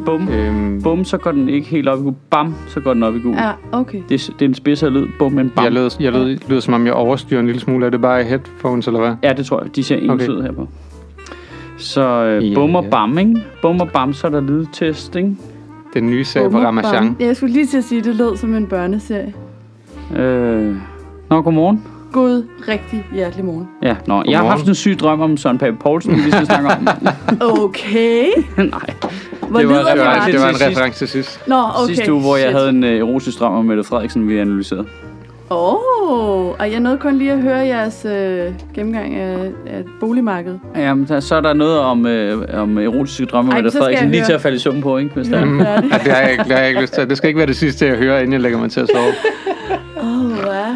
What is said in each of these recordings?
bum. Bum, så går den ikke helt op i gul. Bam, så går den op i gul. Ja, okay. Det er en spidsere lyd. Bum, men bam. Jeg lød som om jeg overstyrer en lille smule. Er det bare headphones, eller hvad? Ja, det tror jeg. De ser ens ud herpå. Så bum og bam, ikke? Bum og bam, så er der lydtest, ikke? Den nye serie på Ramachan. Jeg skulle lige til at sige, at det lød som en børneserie. Godmorgen. God, rigtig hjertelig morgen. Ja, jeg har haft en syg drøm om Søren Pape Poulsen, vi skal snakke om. Okay. Nej. Det var en reference til sidst. Nå, okay. Sidste uge, hvor jeg havde en erotisk drøm om Mette Frederiksen, vi analyserede. Og jeg nåede kun lige at høre jeres gennemgang af boligmarkedet. Jamen, så er der noget om erotiske drømme om Mette Frederiksen, lige til at falde i søvn på, ikke? Hvis det er. Det har jeg ikke lyst til. Det skal ikke være det sidste, jeg hører, inden jeg lægger mig til at sove. Ja.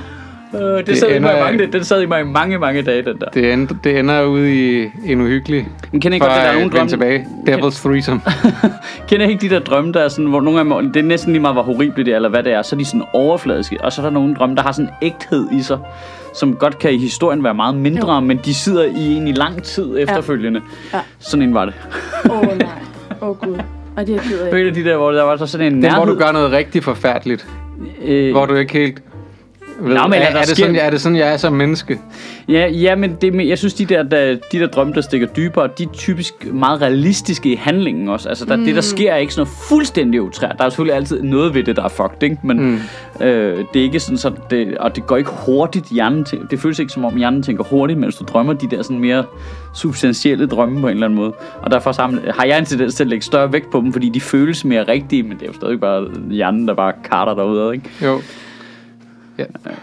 Den sad i mig i mange dage, den der. Det ender ude i en uhyggelig. Men kender ikke godt, der er nogen drømme tilbage. Devil's Threesome. Kender ikke de der drømme, der er sådan, hvor nogle af dem, det er næsten lige meget, hvor horrible det er, eller hvad det er, så er de sådan overfladiske, og så er der nogle drømme, der har sådan en ægthed i sig, som godt kan i historien være meget mindre, men de sidder i en i lang tid efterfølgende. Ja. Sådan en var det. Nej. Gud. Og det er ked af. Føler de der, hvor der var så sådan en nærhed. Hvor du gør noget rigtig forfærdeligt. Hvor du ikke helt... Er det sådan, jeg er som menneske? Ja, men jeg synes, de der drømme, der stikker dybere, de er typisk meget realistiske i handlingen også. Altså, det, der sker, er ikke sådan noget fuldstændig utrært. Der er selvfølgelig altid noget ved det, der er fucked, ikke? Men det er ikke sådan, og det går ikke hurtigt. Det føles ikke, som om hjernen tænker hurtigt, mens du drømmer de der sådan mere substantielle drømme på en eller anden måde. Og derfor har jeg en tendens til at lægge større vægt på dem, fordi de føles mere rigtige, men det er jo stadig bare hjernen, der bare karter derude, ikke? Jo. Ja.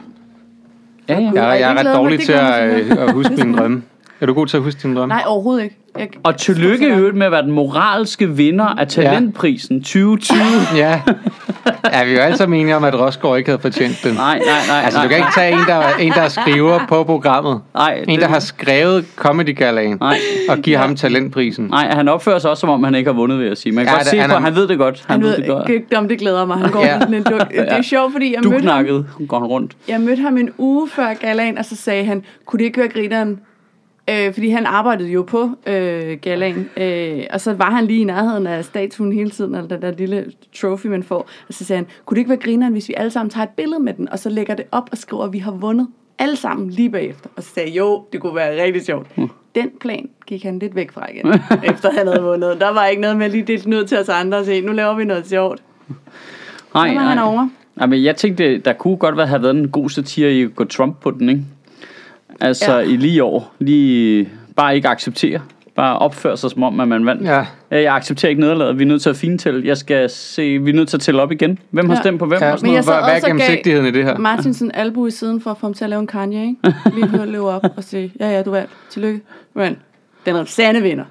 Jeg er ret dårlig til at huske mine drømme. Er du god til at huske dine drømme? Nej, overhovedet ikke. Og tillykke i øvrigt med at være den moralske vinder af talentprisen 2020. Ja, vi er jo alle sammen enige om, at Rosgaard ikke havde fortjent den. Nej. Altså, du kan ikke tage en, der skriver på programmet. Nej. En, der har skrevet Comedy Galaen og give ham talentprisen. Nej, han opfører sig også, som om han ikke har vundet, vil jeg sige. Man kan godt se på, han ved det godt. Han ved det godt. Det glæder mig. Han går sådan en duk. Det er sjovt, fordi jeg mødte ham. Går han rundt. Jeg mødte ham en uge før Galaen, og så sagde han, kunne det ikke være grineren? Fordi han arbejdede jo på Galaen, og så var han lige i nærheden af statuen hele tiden, eller den der lille trophy, man får. Og så sagde han, kunne det ikke være grineren, hvis vi alle sammen tager et billede med den, og så lægger det op og skriver, at vi har vundet alle sammen lige bagefter. Og så sagde jeg, jo, det kunne være rigtig sjovt. Den plan gik han lidt væk fra igen, efter han havde vundet. Der var ikke noget med at lige dele ud til os andre og se, nu laver vi noget sjovt. Nej. Han over. Ja, men jeg tænkte, der kunne godt have været en god satire i at gå Trump på den, ikke? Altså i lige år. Bare ikke acceptere. Bare opføre sig som om, at man vandt. Ja. Jeg accepterer ikke nederlaget. Vi er nødt til at fintælle. Vi er nødt til at tælle op igen. Hvem har stemt på hvem? Ja. Og sådan noget. Hvad er gennemsigtigheden i det her? Martinsen albu i siden for at få ham til at lave en Kanye, ikke? Lige høre løbe op og sige, ja, du vandt. Tillykke. Men den er sande vinder.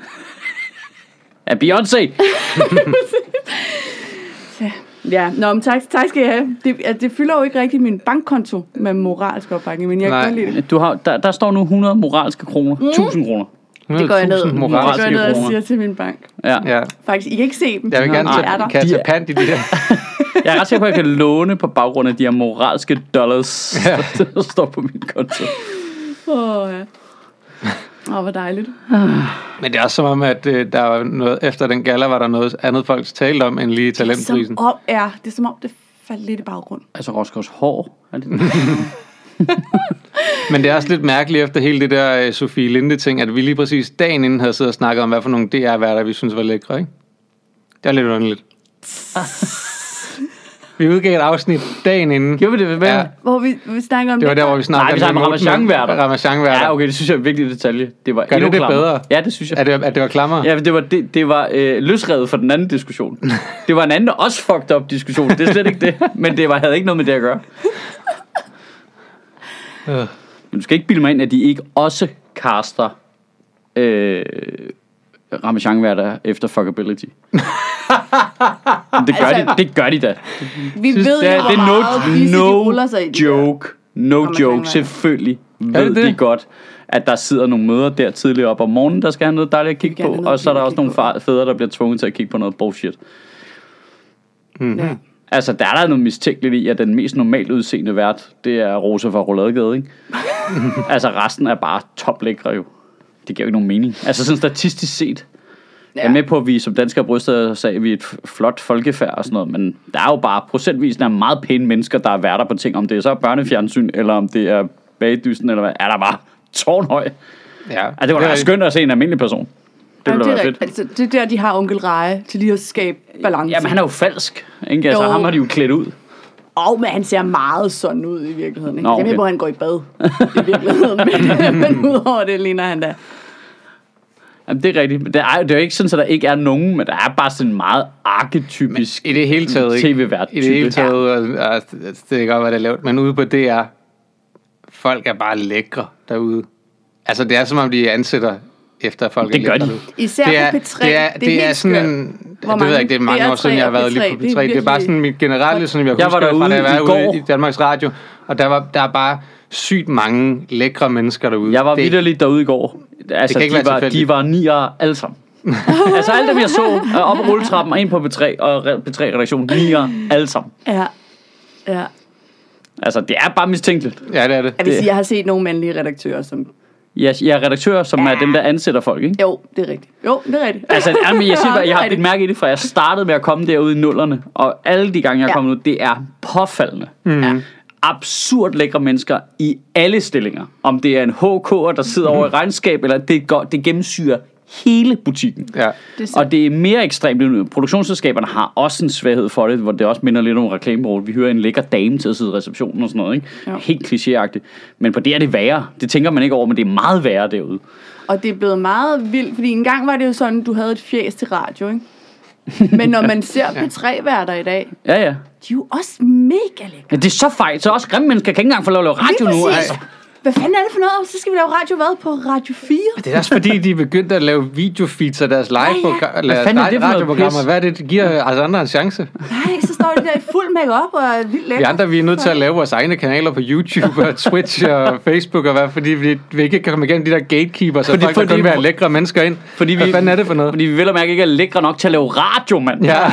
Ja, Beyoncé. Ja, men tak skal jeg have. Det fylder jo ikke rigtig min bankkonto med moralsk opbakning, men jeg kan godt lide det. Der står nu 100 moralske kroner. 1000 kroner. Det går jeg ned og siger til min bank. Ja. Faktisk, I kan ikke se dem. Jeg vil gerne tage pant i de der. Jeg er ret sikker på, at jeg kan låne på baggrund af de her moralske dollars, der står på min konto. Hvor dejligt. Men det er også som om, at der var noget, efter den galla var der noget andet folk talte om end lige talentprisen. Det er som om det faldt lidt i baggrund. Altså Rosgaards hår. Men det er også lidt mærkeligt efter hele det der Sofie Linde ting, at vi lige præcis dagen inden havde siddet og snakket om, hvad for nogle DR-værter vi synes var lækre, ikke? Det er lidt underligt. Vi udgav et afsnit dagen inden. Gjorde vi det? Ja. Hvor vi snakker om det. Det var der, hvor vi snakkede om Ramachan-værter. Ramachan-værter. Ja, okay, det synes jeg er en vigtig detalje. Det var gør det bedre? Ja, det synes jeg. At det var klammer? Ja, det var løsrevet for den anden diskussion. Det var en anden også fucked up diskussion. Det er slet ikke det. Men det havde ikke noget med det at gøre. Men du skal ikke bilde mig ind, at de ikke også caster Ramachan-værter efter fuckability. Det gør de da. Vi ved jo, hvor meget No joke. Selvfølgelig ved de godt, at der sidder nogle møder der tidligere op om morgenen, der skal have noget dejligt at kigge på, og så er der også nogle fædre, der bliver tvunget til at kigge på noget bullshit. Ja. Altså, der er noget mistænkeligt i, at den mest normalt udseende vært, det er Rosa fra Rouladegade, ikke? Altså, resten er bare toplækre jo. Det giver jo ikke nogen mening. Altså, sådan statistisk set. Jeg er med på, at vi som danskere bryster sagde, at vi er et flot folkefærd og sådan noget, men der er jo bare procentvis, der er meget pæne mennesker, der er værter på ting, om det er så børnefjernsyn, eller om det er bagdysten, eller hvad, er der bare tårnhøj. Ja. Altså, det var da skønt at se en almindelig person. Det ville da være fedt. Altså, det er der, de har onkel Reje, til lige at skabe balance. Jamen, han er jo falsk, ikke? Altså, ham har de jo klædt ud. Men han ser meget sådan ud i virkeligheden. Ikke? Nå, okay. Jeg ved, hvor han går i bad i virkeligheden, men udover det ligner han da. Jamen, det er rigtigt. Det er jo ikke sådan, at der ikke er nogen, men der er bare sådan en meget arketypisk i det hele taget, tv-vært. I det hele taget, det er godt, hvad det er lavet, men ude på DR, folk er bare lækre derude. Altså, det er som om, de ansætter efter folk det er lækre. De. Især på P3. Det er sådan en... Det ved jeg ikke, det er mange år siden, jeg har været lige på P3. Det er bare sådan mit generelle, sådan jeg husker fra, da jeg var ude i Danmarks Radio, og der er bare sygt mange lækre mennesker derude. Jeg var vitterligt derude i går. Altså, de var niere alle sammen. Altså, alt dem jeg så op ad rulletrappen og ind på P3 og P3-redaktionen, niere alle sammen. Ja. Altså, det er bare mistænkeligt. Ja, det er det. Jeg vil sige, jeg har set nogle mandlige redaktører, som... Ja, jeg er redaktør, som er dem, der ansætter folk, ikke? Jo, det er rigtigt. Altså, jeg siger bare, jeg har et mærke i det, for jeg startede med at komme derude i nullerne, og alle de gange, jeg er kommet ud, det er påfaldende. Absurd lækre mennesker i alle stillinger. Om det er en HK'er, der sidder over i regnskab, eller det gennemsyrer hele butikken. Ja. Og det er mere ekstremt. Produktionsselskaberne har også en svaghed for det, hvor det også minder lidt om reklamebureau. Vi hører en lækker dame til at sidde i receptionen og sådan noget, ikke? Ja. Helt klichéagtigt. Men på det er det værre. Det tænker man ikke over, men det er meget værre derude. Og det er blevet meget vildt, fordi engang var det jo sådan, du havde et fjæs til radio, ikke? Men når man ser P3-værter i dag, ja. De er jo også mega lækre. Ja, det er så fejl. Så også grimme mennesker kan ikke engang få lov at lave radio nu. Altså. Hvad fanden er det for noget? Så skal vi lave radio på Radio 4? Det er også fordi, de er begyndt at lave videofeeds af deres radioprogrammer. Hvad er det, de giver andre en chance? Nej, så står de der i fuld make-up og er vildt lækker. Vi andre, vi er nødt til at lave vores egne kanaler på YouTube og Twitch og Facebook og hvad, fordi vi ikke kan komme igennem de der gatekeepers, så folk kan kun være lækre mennesker ind. Hvad fanden er det for noget? Fordi vi vel og mærke ikke er lækre nok til at lave radio, mand. Ja.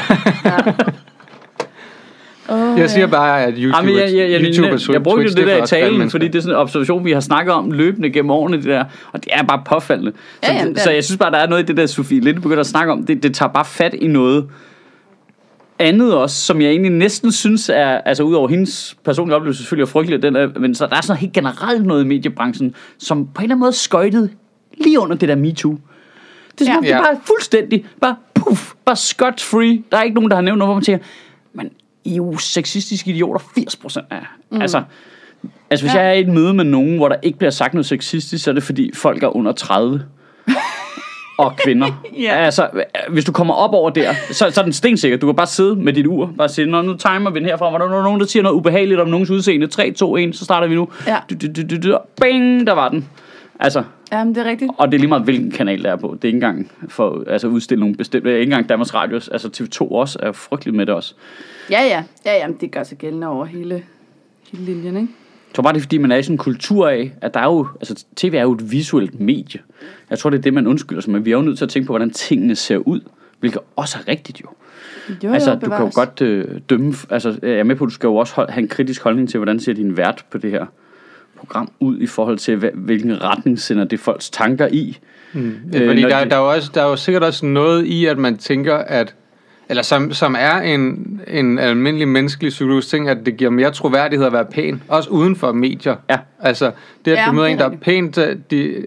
Jeg siger bare, at YouTube og Twitch, jeg brugte jo det der i talen, fordi det er sådan en observation, vi har snakket om løbende gennem årene, det der, og det er bare påfaldende. Så jeg synes bare, der er noget i det der, Sofie Linde begynder at snakke om, det tager bare fat i noget andet også, som jeg egentlig næsten synes er, altså ud over hendes personlige oplevelse selvfølgelig er frygteligt, men så der er sådan helt generelt noget i mediebranchen, som på en eller anden måde skøjtede lige under det der MeToo. Det er som om, det er bare fuldstændig, bare scot-free. Der er ikke nogen, der har nævnt noget, hvor man tænker, men I er jo sexistiske idioter 80% af. Altså hvis jeg er i et møde med nogen, hvor der ikke bliver sagt noget sexistisk, så er det fordi folk er under 30 og kvinder. Altså, hvis du kommer op over der, så er den stensikker. Du kan bare sidde med dit ur, bare sige, nu timer vi den herfra. Var der nogen, der siger noget ubehageligt om nogens udseende? 3, 2, 1, så starter vi nu. Bing, der var den. Altså, jamen, det er rigtigt. Og det er lige meget, hvilken kanal der er på. Det er ikke engang for at udstille nogle bestemte. Det er ikke engang Danmarks Radio. Altså TV2 også er frygteligt med det også. Ja, det gør sig gældende over hele linjen, ikke? Jeg tror bare, det er fordi, man er i sådan en kultur af, at der er jo, altså tv er jo et visuelt medie. Jeg tror, det er det, man undskylder sig med. Vi er jo nødt til at tænke på, hvordan tingene ser ud, hvilket også er rigtigt jo. Altså, du kan jo godt dømme, altså jeg er med på, at du skal jo også have en kritisk holdning til, hvordan ser din vært på det her program ud, i forhold til, hvilken retning sender det folks tanker i. Fordi der er jo sikkert også noget i, at man tænker, at eller som er en almindelig menneskelig psykologisk ting, at det giver mere troværdighed at være pæn, også uden for medier. Ja. Altså, det at du møder en, der er pænt, de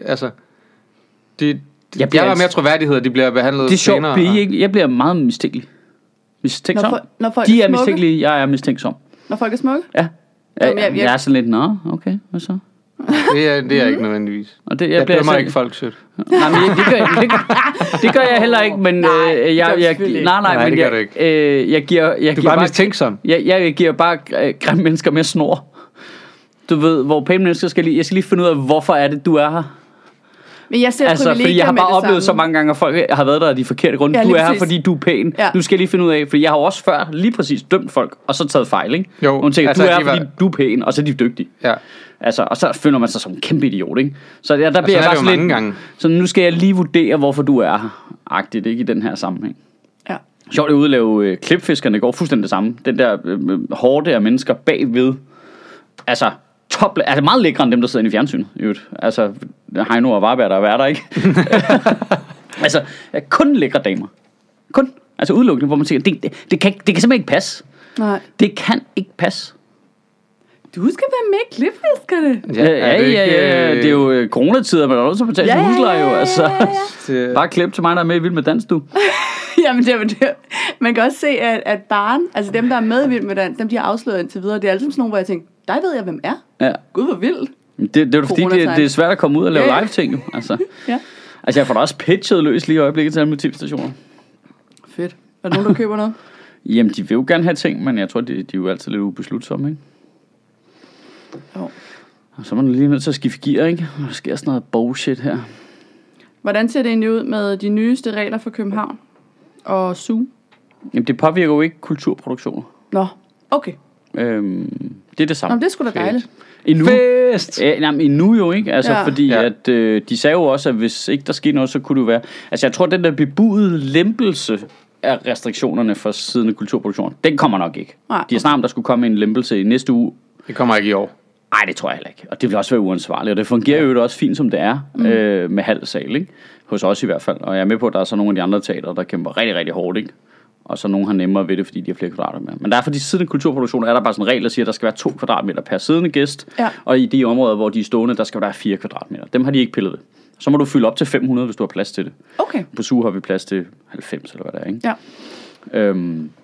har mere troværdighed, og de bliver behandlet det er sjovt, jeg bliver meget mistænksom. Når de er mistænkelige, jeg er mistænksom. Når folk er smukke? Ja. Jeg er sådan lidt, okay, hvad så? Det er ikke nødvendigvis. Og det, jeg dømmer ikke folk sødt. Nej, men det gør jeg heller ikke, men jeg giver du er bare mistænksom. Jeg giver bare grimme mennesker mere snor. Du ved, hvor pæne mennesker jeg skal lige finde ud af, hvorfor er det, du er her. Men jeg ser fordi jeg har bare oplevet så mange gange, at folk har været der af de forkerte grunde. Du er her, fordi du er pæn. Ja. Nu skal jeg lige finde ud af, fordi jeg har jo også før lige præcis dømt folk, og så taget fejl, ikke? Jo, og tænker, altså, du er her, fordi du er pæn, og så er de dygtige. Ja. Altså, og så føler man sig som en kæmpe idiot, ikke? Så der bliver jeg bare sådan lidt gange. Så nu skal jeg lige vurdere, hvorfor du er her. Agtigt, ikke? I den her sammenhæng. Ja. Sjovt at udlave klipfiskerne går fuldstændig det samme. Den der hårde af mennesker bagved. Altså, altså meget lækre end dem, der sidder inde i fjernsynet. Altså, Heino og Varberg, der er værter, ikke? Altså, kun lækre damer. Kun. Altså udelukkende, hvor man tænker, det kan simpelthen ikke passe. Nej. Det kan ikke passe. Du skal være med i Klipfiskerne. Ja. Det er jo coronatider, men der er også at betale husleje jo. Altså. Bare klip til mig, der er med i Vild med Dans, du. Jamen, det. Man kan også se, at barn, altså dem, der er med i Vild med Dans, dem de har afsløret indtil videre. Det er altid sådan nogle, hvor jeg tænker, dig ved jeg, hvem er. Ja. Gud, hvor vildt. Det er jo fordi, det er svært at komme ud og lave live-ting, jo. Altså. Ja. Altså, jeg får da også pitchet løs lige i øjeblikket til alle motivstationer. Fedt. Er der nogen, der køber noget? Jamen, de vil jo gerne have ting, men jeg tror, de er jo altid lidt ubeslutsomme, ikke? Jo. Og så er man lige nødt til at skifte gear, ikke? Der sker sådan noget bullshit her. Hvordan ser det egentlig ud med de nyeste regler for København og SU? Jamen, det påvirker jo ikke kulturproduktioner. Nå, okay. Det er det samme. Nå, det er sgu da dejligt. Endnu. Fest! Endnu jo, ikke? Altså, fordi Ja. at de sagde jo også, at hvis ikke der skete noget, så kunne det jo være... Altså, jeg tror, den der bebudede lempelse af restriktionerne for siddende kulturproduktion, den kommer nok ikke. Nej. De har snart, der skulle komme en lempelse i næste uge. Det kommer ikke i år. Nej, det tror jeg heller ikke. Og det vil også være uansvarligt. Og det fungerer jo også fint, som det er, med halv sal, ikke? Hos os i hvert fald. Og jeg er med på, at der er så nogle af de andre teater, der kæmper rigtig, rigtig hårdt, ikke? Og så nogen har nemmere ved det, fordi de har flere kvadratmeter med. Men der er for de siddende kulturproduktioner, er der bare sådan en regel, der siger, at der skal være 2 kvadratmeter per siddende gæst. Ja. Og i de områder, hvor de er stående, der skal være 4 kvadratmeter. Dem har de ikke pillet ved. Så må du fylde op til 500, hvis du har plads til det. Okay. På SU har vi plads til 90, eller hvad det er, ikke? Ja.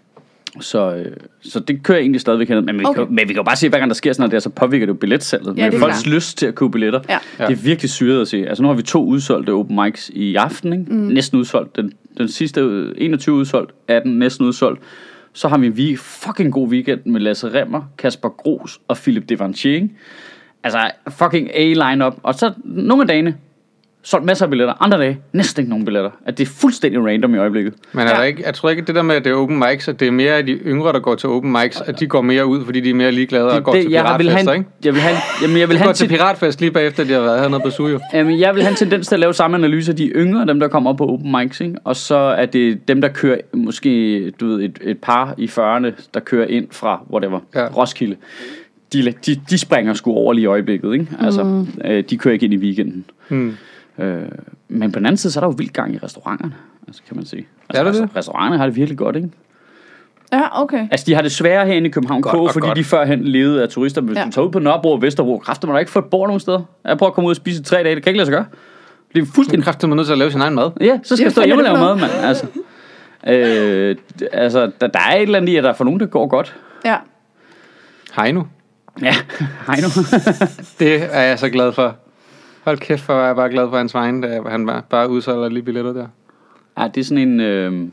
Så det kører egentlig stadigvæk hen. Men vi kan jo bare se, hver gang der sker sådan noget der, så påvirker det jo billetsalget. Ja, med folks lyst til at købe billetter. Ja. Det er virkelig syret at se. Altså nu har vi 2 udsolgte open mics i aften, ikke? Næsten udsolgt. Den sidste 21 udsolgt, 18 næsten udsolgt. Så har vi en fucking god weekend med Lasse Remmer, Kasper Gros og Philip Devanchier, ikke? Altså fucking A-line-up. Og så nogle af dagene solgt masser af billetter, andre dage næsten ikke nogen billetter. At det er fuldstændig random i øjeblikket. Men er der ikke, jeg tror ikke, at det der med, at det er open mics, at det er mere af de yngre, der går til open mics, at de går mere ud, fordi de er mere ligeglade og går til piratfester, ikke? Jeg vil have går til piratfest lige bagefter, de har været hernede på SU, jo. Jamen, jeg vil have en tendens til at lave samme analyse af de yngre, dem der kommer op på open mics, ikke? Og så er det dem, der kører måske, du ved, et par i 40'erne, der kører ind fra, whatever, Roskilde. De springer sgu over lige i øjeblikket, ikke? Altså, de kører ikke ind i weekenden. Men på den anden side, så er der jo vildt gang i restauranterne, altså, kan man sige. Altså, restauranterne har det virkelig godt, ikke? Ja, okay. Altså, de har det sværere herinde i København K, fordi de førhen levede af turister. Hvis du tager ud på Nørrebro og Vesterbro, kræfter man da ikke få et bord nogen steder. Jeg prøver at komme ud og spise 3 dage, det kan ikke lade sig gøre. Det er fuldstændig kræfter man nødt til at lave sin egen mad. Ja, så skal jeg stå hjemme og lave mad, mand. Altså, der er et eller andet i, at der er for nogen, der går godt. Ja. Heino. Ja, Heino. Det er jeg så glad for. Hold kæft, for jeg er bare glad for hans vegne, da han bare udsolgte lige billetter der. Ja, det er sådan en...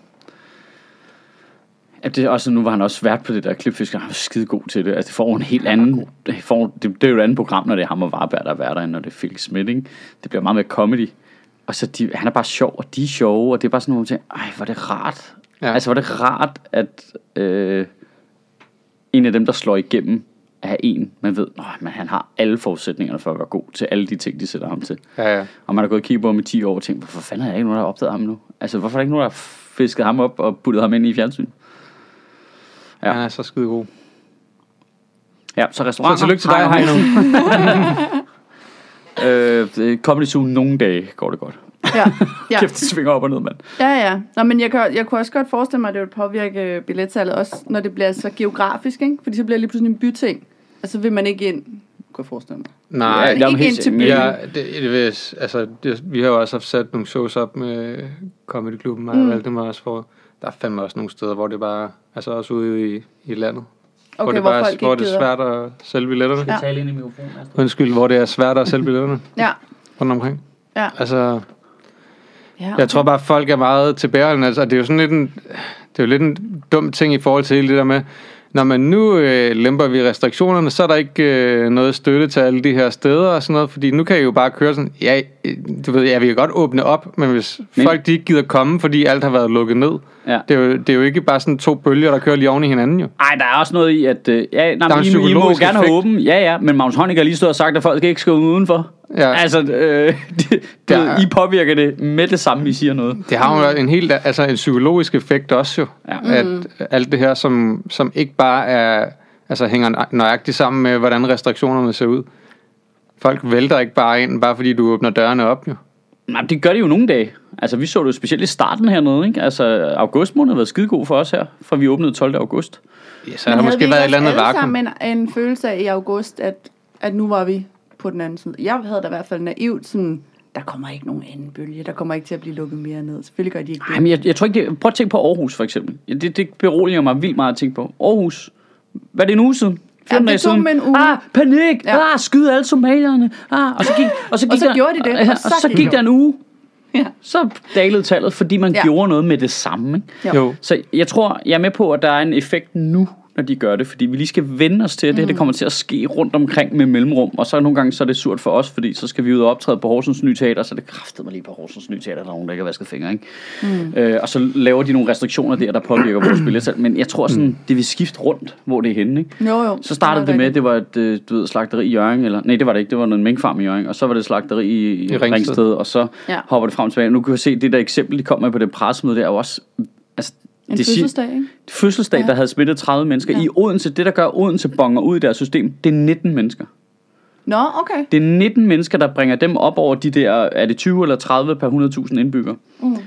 det er også, nu var han også vært på det der Klipfisker. Han var skide god til det. Altså, det får en helt anden... Det er jo et andet program, når det er ham og Varberg, der er værter, end når det er Felix Schmidt, ikke? Det bliver meget mere comedy. Og så han er bare sjov, og de er sjove, og det er bare sådan nogle ting. Ej, hvor er det rart. Ja. Altså, hvor er det rart, at en af dem, der slår igennem, er en, man ved, men han har alle forudsætningerne for at være god til alle de ting, de sætter ham til. Ja. Og man har gået og kigget på ham i 10 år og tænkt, hvorfor fanden er der ikke nogen, der har opdaget ham nu? Altså, hvorfor er der ikke nogen, der har fisket ham op og puttet ham ind i fjernsyn? Ja. Han er så skide god. Ja, så restauranter. Så tillykke til dig, Heino. Comedy Zoo nogle dage går det godt. Ja. Kæft, det svinger op og ned, mand. Ja. Nå, men jeg kunne også godt forestille mig, at det vil påvirke billetsalget, også når det bliver så geografisk, ikke? Fordi så bliver det lige pludselig en byting. Og så vil man ikke ind, kunne jeg forestille mig. Nej, ikke ind til byen. Vi har jo også haft sat nogle shows op med Comedy Klubben, og Valdemar også for. Der er fandme også nogle steder, hvor det bare, altså også ude i landet. Okay, hvor det er svært at sælge billetterne. Ja. Tale ind i mikrofonen. Undskyld, hvor det er svært at sælge billetterne. Ja. Rundt omkring. Ja. Altså, okay. Jeg tror bare, at folk er meget tilbageholdende. Altså, det er jo sådan lidt en dum ting i forhold til hele det der med, når man nu lemper vi restriktionerne, så er der ikke noget støtte til alle de her steder og sådan noget, fordi nu kan I jo bare køre sådan, ja, du ved, vi kan godt åbne op, men hvis folk de ikke gider komme, fordi alt har været lukket ned, det er jo ikke bare sådan 2 bølger, der kører lige oven i hinanden jo. Nej, der er også noget i, at I må gerne have åben, men Magnus Heunicke har lige stået og sagt, at folk ikke skal udenfor. Ja. Altså, I påvirker det med det samme, I siger noget. Det har jo en psykologisk effekt også jo, at alt det her, som ikke bare er, altså hænger nøjagtigt sammen med, hvordan restriktionerne ser ud. Folk vælter ikke bare ind, bare fordi du åbner dørene op jo. Nej, det gør det jo nogle dage. Altså, vi så det jo specielt i starten hernede, ikke? Altså, august måned har været skidegod for os her, fra vi åbnede 12. august. Ja, så har der måske været et eller andet vakuum. Men en følelse af i august, at nu var vi på den anden side. Jeg havde da i hvert fald naivt sådan, der kommer ikke nogen anden bølge, der kommer ikke til at blive lukket mere ned. Selvfølgelig gør de ikke det. Men jeg tror ikke, prøv at tænke på Aarhus for eksempel. Det beroliger mig vildt meget at tænke på. Aarhus, hvad er det en uge siden? 14 dage siden. Panik! Ja. Skyde alle somalierne! Og så gjorde de det. Og så gik der en uge. Ja. Så dalede tallet, fordi man gjorde noget med det samme. Ikke? Jo. Så jeg tror, jeg er med på, at der er en effekt nu, når de gør det, fordi vi lige skal vende os til, at det kommer til at ske rundt omkring med mellemrum, og så nogle gange så er det surt for os, fordi så skal vi ud og optræde på Horsens Nye Teater, så det kræftede mig lige på Horsens Nye Teater, der er nogen, der ikke har vasket fingre, ikke? Og så laver de nogle restriktioner der påvirker vores billetsalg, men jeg tror sådan, det vil skifte rundt, hvor det er henne, ikke? Jo. Så startede det med, det var et slagteri i Hjørring, eller nej, det var det ikke, det var en minkfarm i Hjørring, og så var det slagteri i Ringsted, og så hopper det frem tilbage. Nu kan vi se, det der eksempel, de kom med på det pressemøde, det er jo også, altså, en fødselsdag, ikke? Fødselsdag, der havde smittet 30 mennesker. I Odense, det der gør Odense bonger ud i deres system, det er 19 mennesker. Nå, okay. Det er 19 mennesker, der bringer dem op over de der, er det 20 eller 30 per 100.000 indbyggere.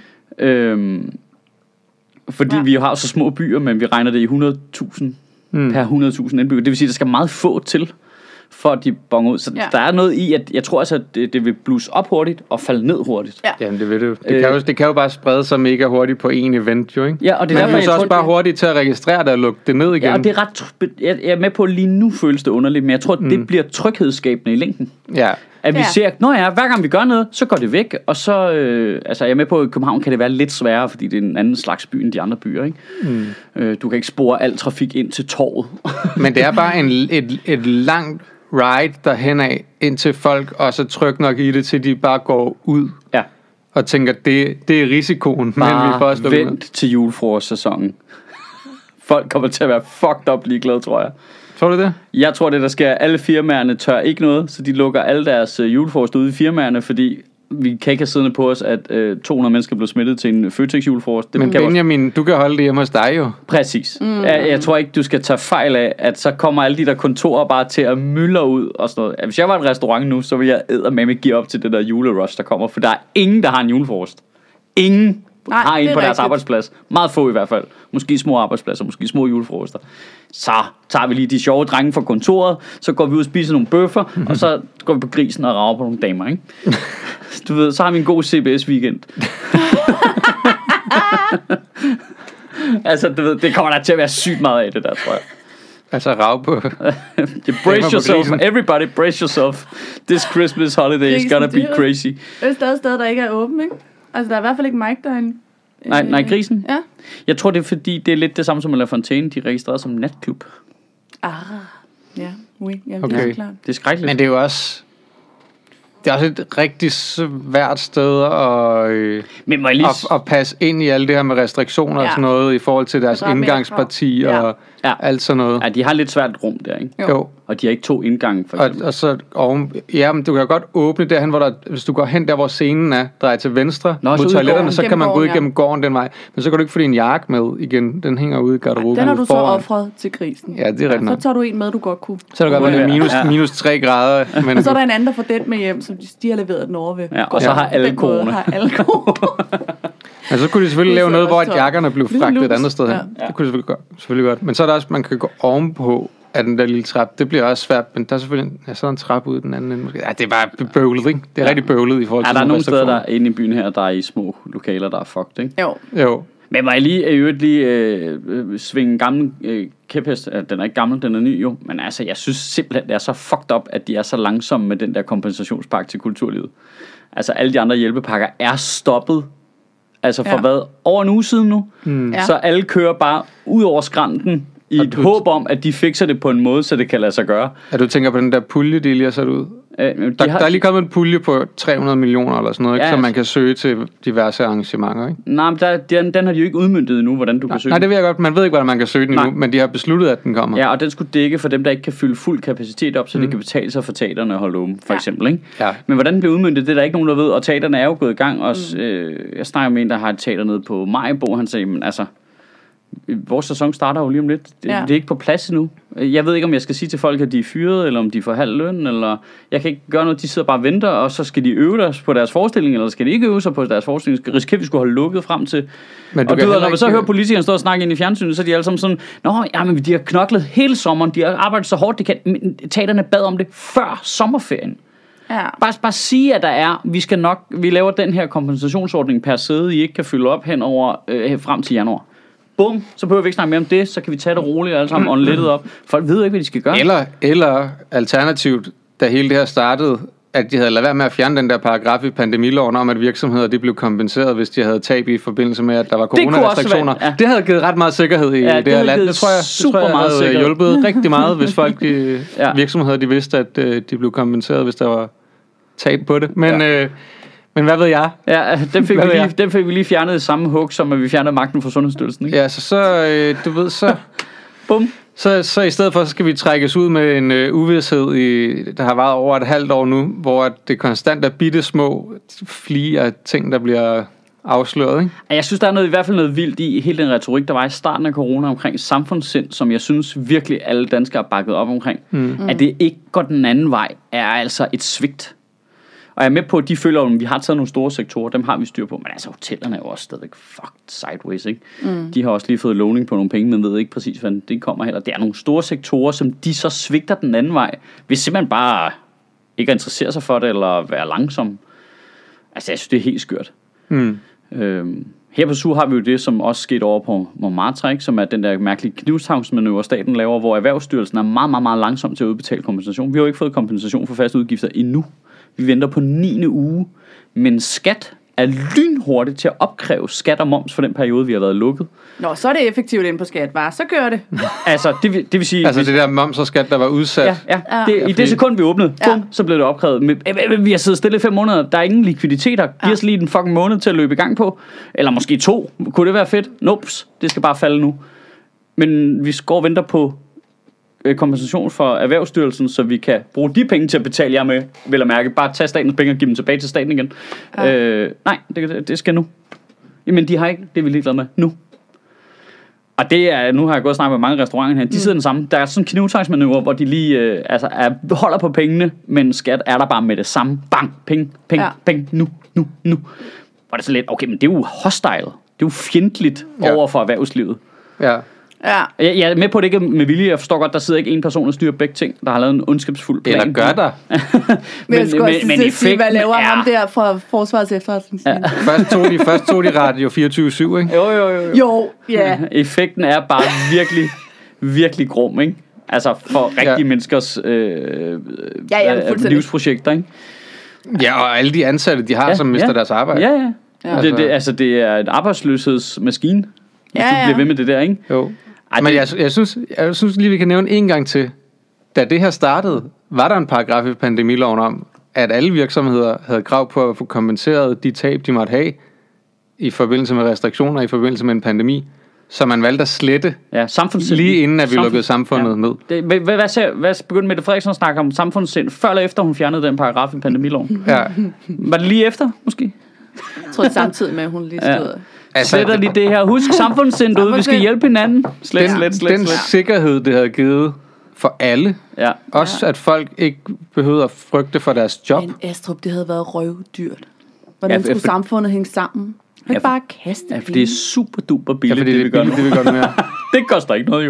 Fordi vi har så små byer, men vi regner det i 100.000 per 100.000 indbyggere. Det vil sige, der skal meget få til, for at de bonger ud. Så der er noget i, at jeg tror altså, at det vil blusse op hurtigt og falde ned hurtigt. Ja. Jamen, det ved du. Det kan jo bare sprede sig mega hurtigt på en event, jo, ikke? Ja, og det er derfor, jeg også bare hurtigt til at registrere det og lukke det ned igen. Ja, og det er ret... Jeg er med på, lige nu føles det underligt, men jeg tror, at det bliver tryghedsskabende i længden. Ja. At vi ser, hver gang vi gør noget, så går det væk, og så... altså, jeg er med på, at i København kan det være lidt sværere, fordi det er en anden slags by end de andre byer, ikke? Du kan ikke spore al trafik ind til torvet. Men det er bare et langt ride derhen af, indtil folk også er tryg nok i det, til de bare går ud og tænker, det er risikoen. Bare men vi vent til julefrokostsæsonen. Folk kommer til at være fucked up ligeglade, tror jeg. Tror du det? Jeg tror det der sker, alle firmaerne tør ikke noget, så de lukker alle deres julefrokost ude i firmaerne, fordi vi kan ikke have siddende på os, at 200 mennesker blev smittet til en Føtex julefrokost. Men Benjamin, du kan holde det hjemme hos dig jo. Præcis. Jeg tror ikke, du skal tage fejl af, at så kommer alle de der kontorer bare til at myldre ud og sådan noget. Hvis jeg var et restaurant nu, så ville jeg eddermame give op til det der julerush, der kommer, for der er ingen, der har en julefrokost. Ingen har en på deres arbejdsplads. Meget få i hvert fald. Måske små arbejdspladser, måske små julefrokoster. Så tager vi lige de sjove drenge fra kontoret, så går vi ud og spiser nogle bøffer, og så går vi på grisen og rager på nogle damer, ikke? Du ved, så har vi en god CBS-weekend. Altså, du ved, det kommer der til at være sygt meget af det der, tror jeg. Altså rav på. Brace yourself, everybody brace yourself. This Christmas holiday is gonna be crazy. Det er stadig sted, der ikke er åben, ikke? Altså, der er i hvert fald ikke Mike derinde. Nej, grisen? Ja. Jeg tror, det er fordi, det er lidt det samme som La Fontaine. De er registreret som natklub. Ja, oui. Ja, okay. Det er klart. Det er skrækkeligt. Men det er jo også... Det er også et rigtig svært sted at passe ind i alle det her med restriktioner og sådan noget i forhold til deres indgangsparti og alt sådan noget. Ja, de har lidt svært rum der, ikke? Jo. Og de har ikke 2 indgange, for eksempel. Og så men du kan godt åbne derhen, hvor hvis du går hen der, hvor scenen er, drejer til venstre mod toiletterne, så kan man gå ud igennem gården den vej. Men så kan du ikke få din jakke med igen. Den hænger ude i garderoben. Den har du så offret til grisen. Ja, det er rigtigt. Så tager du en med, du godt kunne. Så er det godt være minus 3 grader. Men og så er der en anden, der får den med hjem, som de har leveret den over ved. Ja, og så har alle corona. Men så kunne de selvfølgelig lave noget, hvor jakkerne blev fragtet et andet sted hen. Det kunne de selvfølgelig godt. Men så er der også, man kan gå ovenpå af den der lille trappe. Det bliver også svært, men der er selvfølgelig så er en trappe ud den anden ende. Ja, det er bare bøvlet, ikke? Det er rigtig bøvlet i forhold til... der er nogle steder, der inde i byen her, der er i små lokaler, der er fucked, ikke? Jo. Men må jeg lige svinge en gammel kæphest? Den er ikke gammel, den er ny jo. Men altså, jeg synes simpelthen, det er så fucked up, at de er så langsomme med den der kompensationspakke til kulturlivet. Altså, alle de andre hjælpepakker er stoppet. Altså for hvad? Over en uge siden nu. Så alle kører bare ud over skrænten i et håb om, at de fikser det på en måde, så det kan lade sig gøre. Ja, du tænker på den der pulje, de lige har sat ud? Der er lige kommet en pulje på 300 millioner eller sådan noget, ikke? Som man kan søge til diverse arrangementer, ikke? Nej, men den har de jo ikke udmøntet endnu, hvordan du kan søge. Nej, det ved jeg godt. Man ved ikke, hvordan man kan søge den endnu, men de har besluttet, at den kommer. Ja, og den skulle dække for dem, der ikke kan fylde fuld kapacitet op, så det kan betale sig for teaterne at holde åben, for eksempel, ikke? Ja. Men hvordan den bliver udmøntet, det er der ikke nogen, der ved, og teaterne er jo gået i gang. Jeg snakker med en, der har et teater nede på Majbo, han sagde, men altså... Vores sæson starter jo lige om lidt. Det er ikke på plads endnu. Jeg ved ikke, om jeg skal sige til folk, at de er fyret, eller om de får halv løn, eller jeg kan ikke gøre noget. De sidder bare og venter, og så skal de øve sig på deres forestilling, eller skal de ikke øve sig på deres forestilling? Skal risikerer, vi skulle holde lukket frem til. Men og når vi så hører politikerne stå og snakke ind i fjernsynet, så er de alle sammen sådan, men de har knoklet hele sommeren, de har arbejdet så hårdt, de kan. Teaterne bad om det før sommerferien. Ja. Bare sige, at vi laver den her kompensationsordning per sæde, I ikke kan fylde op henover frem til januar. Bum, så behøver vi ikke snakke mere om det, så kan vi tage det roligt alle sammen og lettet op. Folk ved jo ikke, hvad de skal gøre. Eller alternativt, da hele det her startede, at de havde ladet være med at fjerne den der paragraf i pandemiloven om, at virksomheder de blev kompenseret, hvis de havde tab i forbindelse med, at der var coronarestriktioner. Det havde givet ret meget sikkerhed i det her land. Det tror jeg havde hjulpet rigtig meget, hvis folk, virksomheder, de vidste, at de blev kompenseret, hvis der var tab på det. Men hvad ved jeg? Ja, den fik vi lige fjernet i samme hug, som at vi fjernede magten fra Sundhedsstyrelsen, ikke? Ja, du ved, så... Bum. Så i stedet for, så skal vi trækkes ud med en uvished, der har varet over et halvt år nu, hvor det konstant er bitte små flige af ting, der bliver afsløret, ikke? Jeg synes, der er i hvert fald noget vildt i hele den retorik, der var i starten af corona omkring samfundssind, som jeg synes virkelig alle danskere har bakket op omkring. At det ikke går den anden vej, er altså et svigt. Og jeg er med på, at de føler, at vi har taget nogle store sektorer, dem har vi styr på. Men altså, hotellerne er jo også stadigvæk fucked sideways, ikke? De har også lige fået lovning på nogle penge, men ved ikke præcis, hvordan det kommer heller. Det er nogle store sektorer, som de så svigter den anden vej, hvis simpelthen bare ikke interesserer sig for det, eller være langsom. Altså, jeg synes, det er helt skørt. Her på SUR har vi jo det, som også skete over på Montmartre, ikke? Som er den der mærkelige knivstavnsmanøvre, staten laver, hvor Erhvervsstyrelsen er meget, meget, meget langsom til at udbetale kompensation. Vi har jo ikke fået kompensation for faste udgifter endnu. Vi venter på 9. uge, men skat er lynhurtigt til at opkræve skat og moms for den periode, vi har været lukket. Nå, så er det effektivt inde på skat, bare. Så gør det. Altså, det vil sige... Altså det der moms og skat, der var udsat. I det sekund, vi åbnede, så blev det opkrævet. Men, vi har siddet stille i 5 måneder, der er ingen likviditeter. Giv os lige en fucking måned til at løbe i gang på. Eller måske 2. Kunne det være fedt? Nops, det skal bare falde nu. Men vi går og venter på kompensation for Erhvervsstyrelsen, så vi kan bruge de penge til at betale jer med, vil jeg mærke. Bare tage statens penge og give dem tilbage til staten igen. Nej, det skal nu. Jamen, de har ikke, det er vi ligeglade med nu. Og det er, nu har jeg gået og snakket med mange restauranter her, de sidder den samme. Der er sådan en knivtangsmanøvre, hvor de lige holder på pengene, men skat er der bare med det samme. Bang, penge, nu. Og det er så lidt, okay, men det er jo hostile. Det er jo fjendtligt over for erhvervslivet. Ja. Ja. Jeg er med på, det ikke med vilje. Jeg forstår godt, der sidder ikke en person og styrer begge ting, der har lavet en ondskabsfuld plan. Eller gør der. men jeg skulle også sige, hvad laver ham der fra Forsvarets Efterretningstjeneste? Først tog de Radio 24/7, ikke? Jo, ja. Effekten er bare virkelig, virkelig grum, ikke? Altså for rigtige menneskers livsprojekter, ikke? Ja, og alle de ansatte, de har, som mister deres arbejde. Ja. Det er et arbejdsløshedsmaskine. Hvis du bliver ved med det der, ikke? Jo. Men jeg synes lige, vi kan nævne en gang til. Da det her startede, var der en paragraf i pandemiloven om, at alle virksomheder havde krav på at få kompenseret de tab, de måtte have i forbindelse med restriktioner, i forbindelse med en pandemi, så man valgte at slette lige inden, at vi lukkede samfundet ned. Hvad begyndte Mette Frederiksen at snakke om samfundssind, før eller efter hun fjernede den paragraf i pandemiloven? Ja. Var det lige efter, måske? Jeg tror, samtidig med, at hun lige stod... Sletter lige det her. Husk samfundssind ud. Vi skal hjælpe hinanden. Den sikkerhed, det havde givet for alle. Ja. Også at folk ikke behøvede at frygte for deres job. Men Astrup, det havde været røvdyrt. Hvordan skulle samfundet hænge sammen? Man kan bare kaste penge. For det er super duper billigt, det vi gør nu. Det koster ikke noget jo.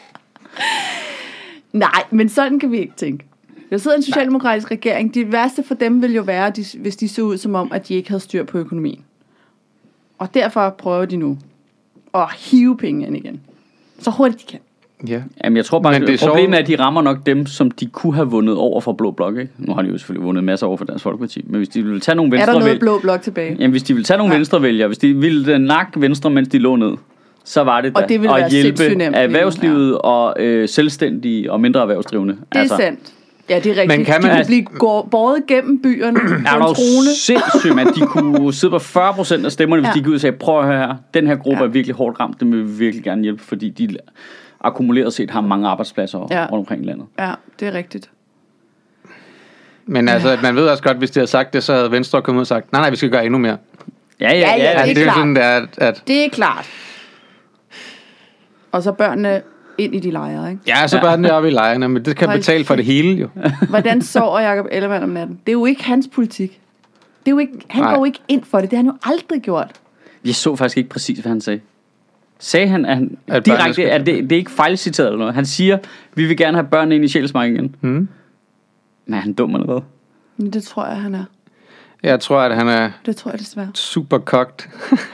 Nej, men sådan kan vi ikke tænke. Der sidder en socialdemokratisk regering. Det værste for dem vil jo være, hvis de så ud som om, at de ikke havde styr på økonomien. Og derfor prøver de nu at hive penge ind igen. Så hurtigt de kan. Ja. Jamen jeg tror bare, at problemet er, at de rammer nok dem, som de kunne have vundet over for Blå Blok, ikke? Nu har de jo selvfølgelig vundet masser over for Dansk Folkeparti. Men hvis de ville tage nogle venstrevælgere... Er der noget Blå Blok tilbage? Jamen hvis de ville tage nogle venstrevælgere, hvis de ville nakke venstre, mens de lå ned, så var det der at hjælpe erhvervslivet og selvstændige og mindre erhvervsdrivende. Det er sandt. Ja, det er rigtigt. Men kan man... De kunne blive båret gennem byerne på en trone. Sindssygt, at de kunne sidde på 40% af stemmerne, hvis de gik ud og sagde, prøv at høre her, den her gruppe er virkelig hårdt ramt, dem vil vi virkelig gerne hjælpe, fordi de akkumuleret set har mange arbejdspladser rundt omkring landet. Ja, det er rigtigt. Men altså, man ved også godt, hvis de havde sagt det, så havde Venstre kommet ud og sagt, nej, vi skal gøre endnu mere. Ja, det er klart. Sådan, at... Det er klart. Og så børnene ind i de lejre, ikke? Ja, så børnene oppe i lejrene, men det kan betale for det hele jo. Hvordan sover Jacob Ellemann om natten? Det er jo ikke hans politik. Det er jo ikke, han går jo ikke ind for det. Det har han jo aldrig gjort. Jeg så faktisk ikke præcis, hvad han sagde. Sagde han, at direkte, at det er ikke fejlciteret eller noget. Han siger, vi vil gerne have børnene ind i Sjælsmark igen. Men er han dum eller hvad? Det tror jeg, han er. Jeg tror, at han er Det tror jeg desværre. super kogt.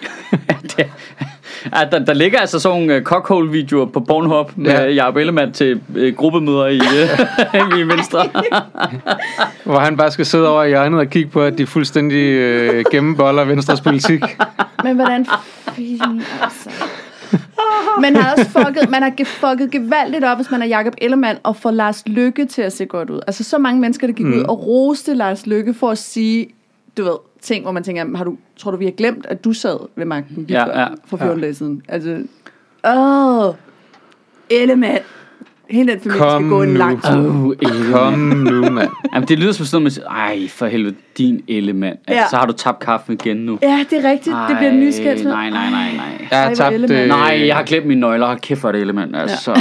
Der ligger altså sådan nogle cockhole-videoer på Pornhub med Jacob Ellemann til gruppemøder i Venstre. Hvor han bare skal sidde over i hjørnet og kigge på, at de fuldstændig gennemboller Venstres politik. Men hvordan altså. Man har fucket gevaldigt op, hvis man er Jacob Ellemann og får Lars Løkke til at se godt ud. Altså så mange mennesker, der gik ud og roste Lars Løkke for at sige, du ved, ting, hvor man tænker, tror du, vi har glemt, at du sad ved magten for 14 dage siden? Altså, Ellemann. Hele den familie skal gå en lang tur. Kom nu, mand. Jamen, det lyder som sådan, at man siger, ej, for helvede, din Ellemann. Altså, så har du tabt kaffen igen nu. Ja, det er rigtigt. Det bliver en ny skæld. Nej. Jeg har tabt... Nej, jeg har glemt mine nøgler. Hold kæft for det, Ellemann. Altså...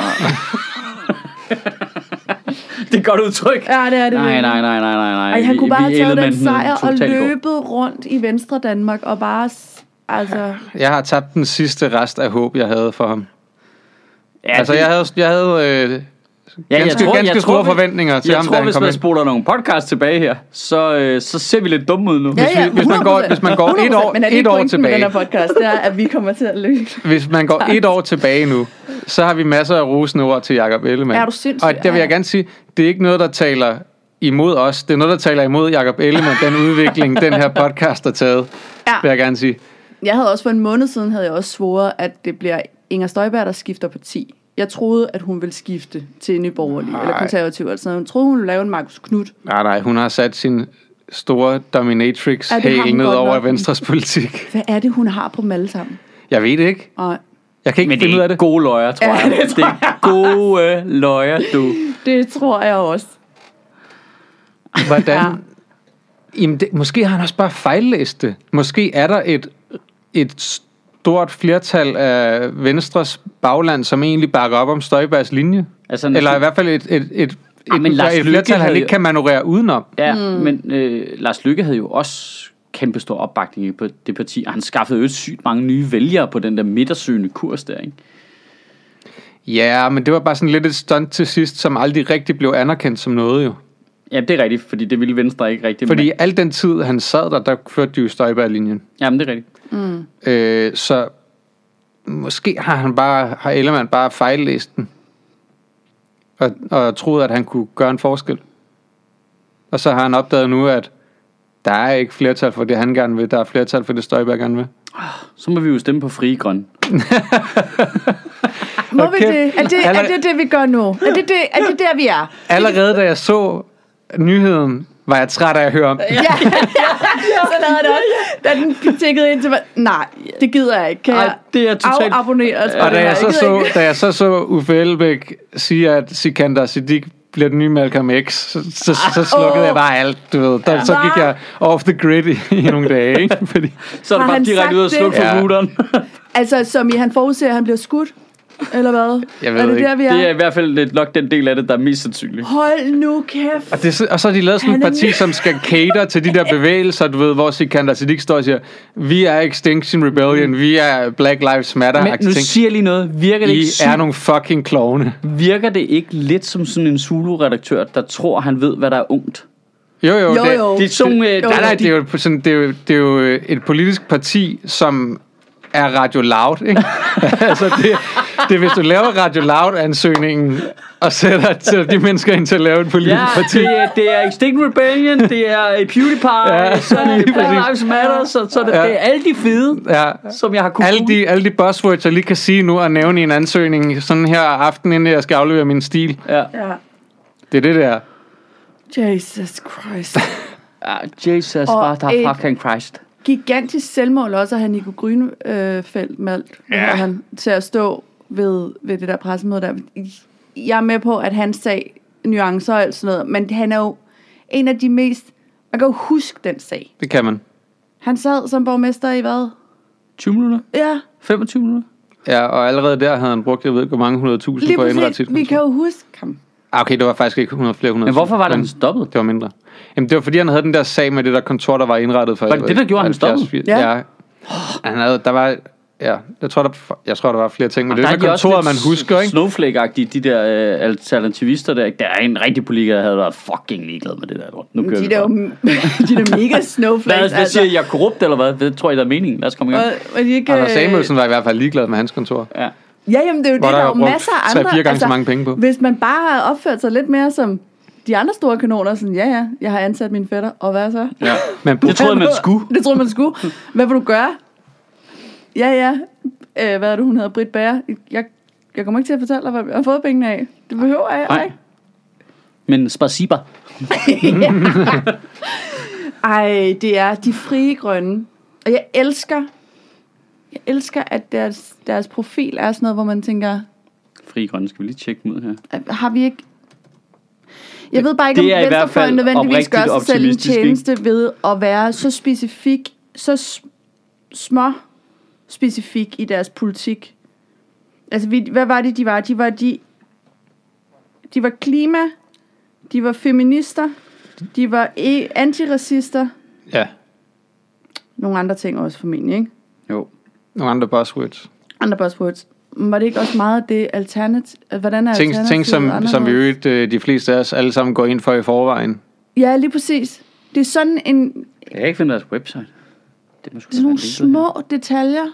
Det er et godt udtryk. Ja, det er det. Nej. Ej, han kunne bare have taget den sejr og løbet rundt i Venstre Danmark og bare... Altså... Jeg har tabt den sidste rest af håb, jeg havde for ham. Ja, altså, jeg havde ganske store forventninger til ham, da han kom ind. Hvis man spoler nogle podcast tilbage her, så ser vi lidt dumme ud nu. Ja, hvis man går et år tilbage. Men den her podcast, det er, at vi kommer til at løbe. Hvis man går et år tilbage nu, så har vi masser af rosende ord til Jacob Ellemann. Er du sindssyg? Og der vil jeg gerne sige, det er ikke noget, der taler imod os. Det er noget, der taler imod Jacob Ellemann, den udvikling, den her podcast har taget, vil jeg gerne sige. Jeg havde også for en måned siden, havde jeg også svoret, at det bliver Inger Støjberg, der skifter parti. Jeg troede, at hun ville skifte til Nye Borgerlige eller Konservativ. Altså, jeg troede, hun ville lave en Marcus Knudt. Nej, hun har sat sin store dominatrix-hæl ned over Venstres politik. Hvad er det, hun har på dem alle sammen? Jeg ved det ikke. Nej. Jeg kan ikke finde ud af det. Gode løjer, tror jeg. Det er gode løjer, du. Det tror jeg også. Hvordan? Jamen, måske har han også bare fejllæst det. Måske er der et stort flertal af Venstres bagland, som egentlig bakker op om Støjbergs linje. Altså, eller i hvert fald et flertal, han ikke kan manøvrere udenom. Ja, men Lars Løkke havde jo også kæmpe stor opbakning på det parti, og han skaffede jo sygt mange nye vælgere på den der midtersøgende kurs der, ikke? Ja, men det var bare sådan lidt et stunt til sidst, som aldrig rigtig blev anerkendt som noget jo. Ja, det er rigtigt, fordi det ville Venstre ikke rigtigt. Fordi al den tid, han sad der førte de jo Støjberg-linjen. Jamen, det er rigtigt. Så måske har Ellemann bare fejllæst den. Og troede, at han kunne gøre en forskel. Og så har han opdaget nu, at der er ikke flertal for det, han gerne vil. Der er flertal for det, Støjberg gerne vil. Så må vi jo stemme på Frie Grønne. Må vi det? Er det, vi gør nu? Er det der, vi er? Allerede da jeg så nyheden, var jeg træt af at høre om. Ja. Så lavede det også. Da den tikkede ind til mig. Nej, det gider jeg ikke. Kan jeg afabonnere? Og da jeg så Uffe Elbæk sige, at Sikander Siddiq bliver den nye Malcolm X, så slukkede jeg bare alt, du ved. Så gik jeg off the grid i nogle dage, ikke? Fordi så er det bare direkte ud og slukke for routeren. Altså, som i han forudser, at han bliver skudt? Eller hvad? Jeg ved ikke. Det er i hvert fald nok den del af det, der er mest sandsynligt. Hold nu kæft. Og så har de lavet sådan et parti, som skal cater til de der bevægelser, du ved, hvor Sikander Siddiq står og siger, vi er Extinction Rebellion, vi er Black Lives Matter. Men nu siger jeg lige noget. Virker det I ikke er nogle fucking klovne. Virker det ikke lidt som sådan en Zulu-redaktør, der tror, han ved, hvad der er ungt? Jo. Det er sådan, det er jo et politisk parti, som er Radio Loud, ikke? Altså det hvis du laver Radio Loud-ansøgningen og sætter de mennesker ind til at lave et politisk parti. Det er Extinction Rebellion, det er PewDiePie, så er det Black Lives Matter, så det er alle de fede, som jeg har kunnet alle de buzzwords, jeg lige kan sige nu og nævne i en ansøgning sådan her aften, inden jeg skal aflevere min stil. Ja. Det er det der. Jesus Christ. Jesus fucking Christ. Gigantisk selvmål også at have Nico Grünfeldt meldt, han til at stå ved det der pressemøde der. Jeg er med på, at han sagde nuancer og alt sådan noget, men han er jo en af de mest... Man kan jo huske den sag. Det kan man. Han sad som borgmester i hvad? 20 minutter? Ja. 25 minutter? Ja, og allerede der havde han brugt, jeg ved ikke, hvor mange 100.000 på at indrette sit kontor. Vi kan jo huske ham. Okay, det var faktisk ikke flere 100.000. Men hvorfor var det, han stoppede? Det var mindre. Jamen, det var fordi, han havde den der sag med det der kontor, der var indrettet for... Var det det, der gjorde, han stoppede? Ja. Han havde, der var... Ja, jeg tror, der var flere ting, men det er med de kontoret, man husker, ikke? Snowflake-agtige, de der alternativister der. Der er en rigtig politiker, der havde været fucking ligeglad med det der. Nu kører de der mega snowflakes. Hvad siger jeg, korrupt eller hvad? Det tror jeg, der er meningen. Lad os komme i gang. Anders Samuelsen var i hvert fald ligeglad med hans kontor. Ja. Ja, jamen det er jo det, der er jo masser af andre. 3-4 gange så mange penge på. Hvis man bare havde opført sig lidt mere som de andre store kanoner, sådan, ja, jeg har ansat mine fætter, og hvad så? Ja. Men det troede man skulle. Det troede man skulle. Hvad vil du gøre? Ja. Hvad er det, hun hedder? Britt Bager. Jeg kommer ikke til at fortælle dig, hvad jeg har fået pengene af. Det behøver jeg ikke. Men spasiba. Ej, det er de frie grønne. Og jeg elsker, at deres profil er sådan noget, hvor man tænker... Frie grønne, skal vi lige tjekke dem ud her? Har vi ikke... Jeg ved bare ikke, om venstrefløjen nødvendigvis gør sig selv en tjeneste ved at være så specifik, så specifik i deres politik. Altså, hvad var det, de var? De var klima, de var feminister, de var antiracister. Ja. Nogle andre ting også formentlig, ikke? Jo. Nogle andre buzzwords. Var det ikke også meget af det alternativ? Hvordan er alternativet? Ting, som vi jo de fleste af os alle sammen går ind for i forvejen. Ja, lige præcis. Det er sådan en... Jeg kan ikke finde deres website. Det er sådan nogle små detaljer.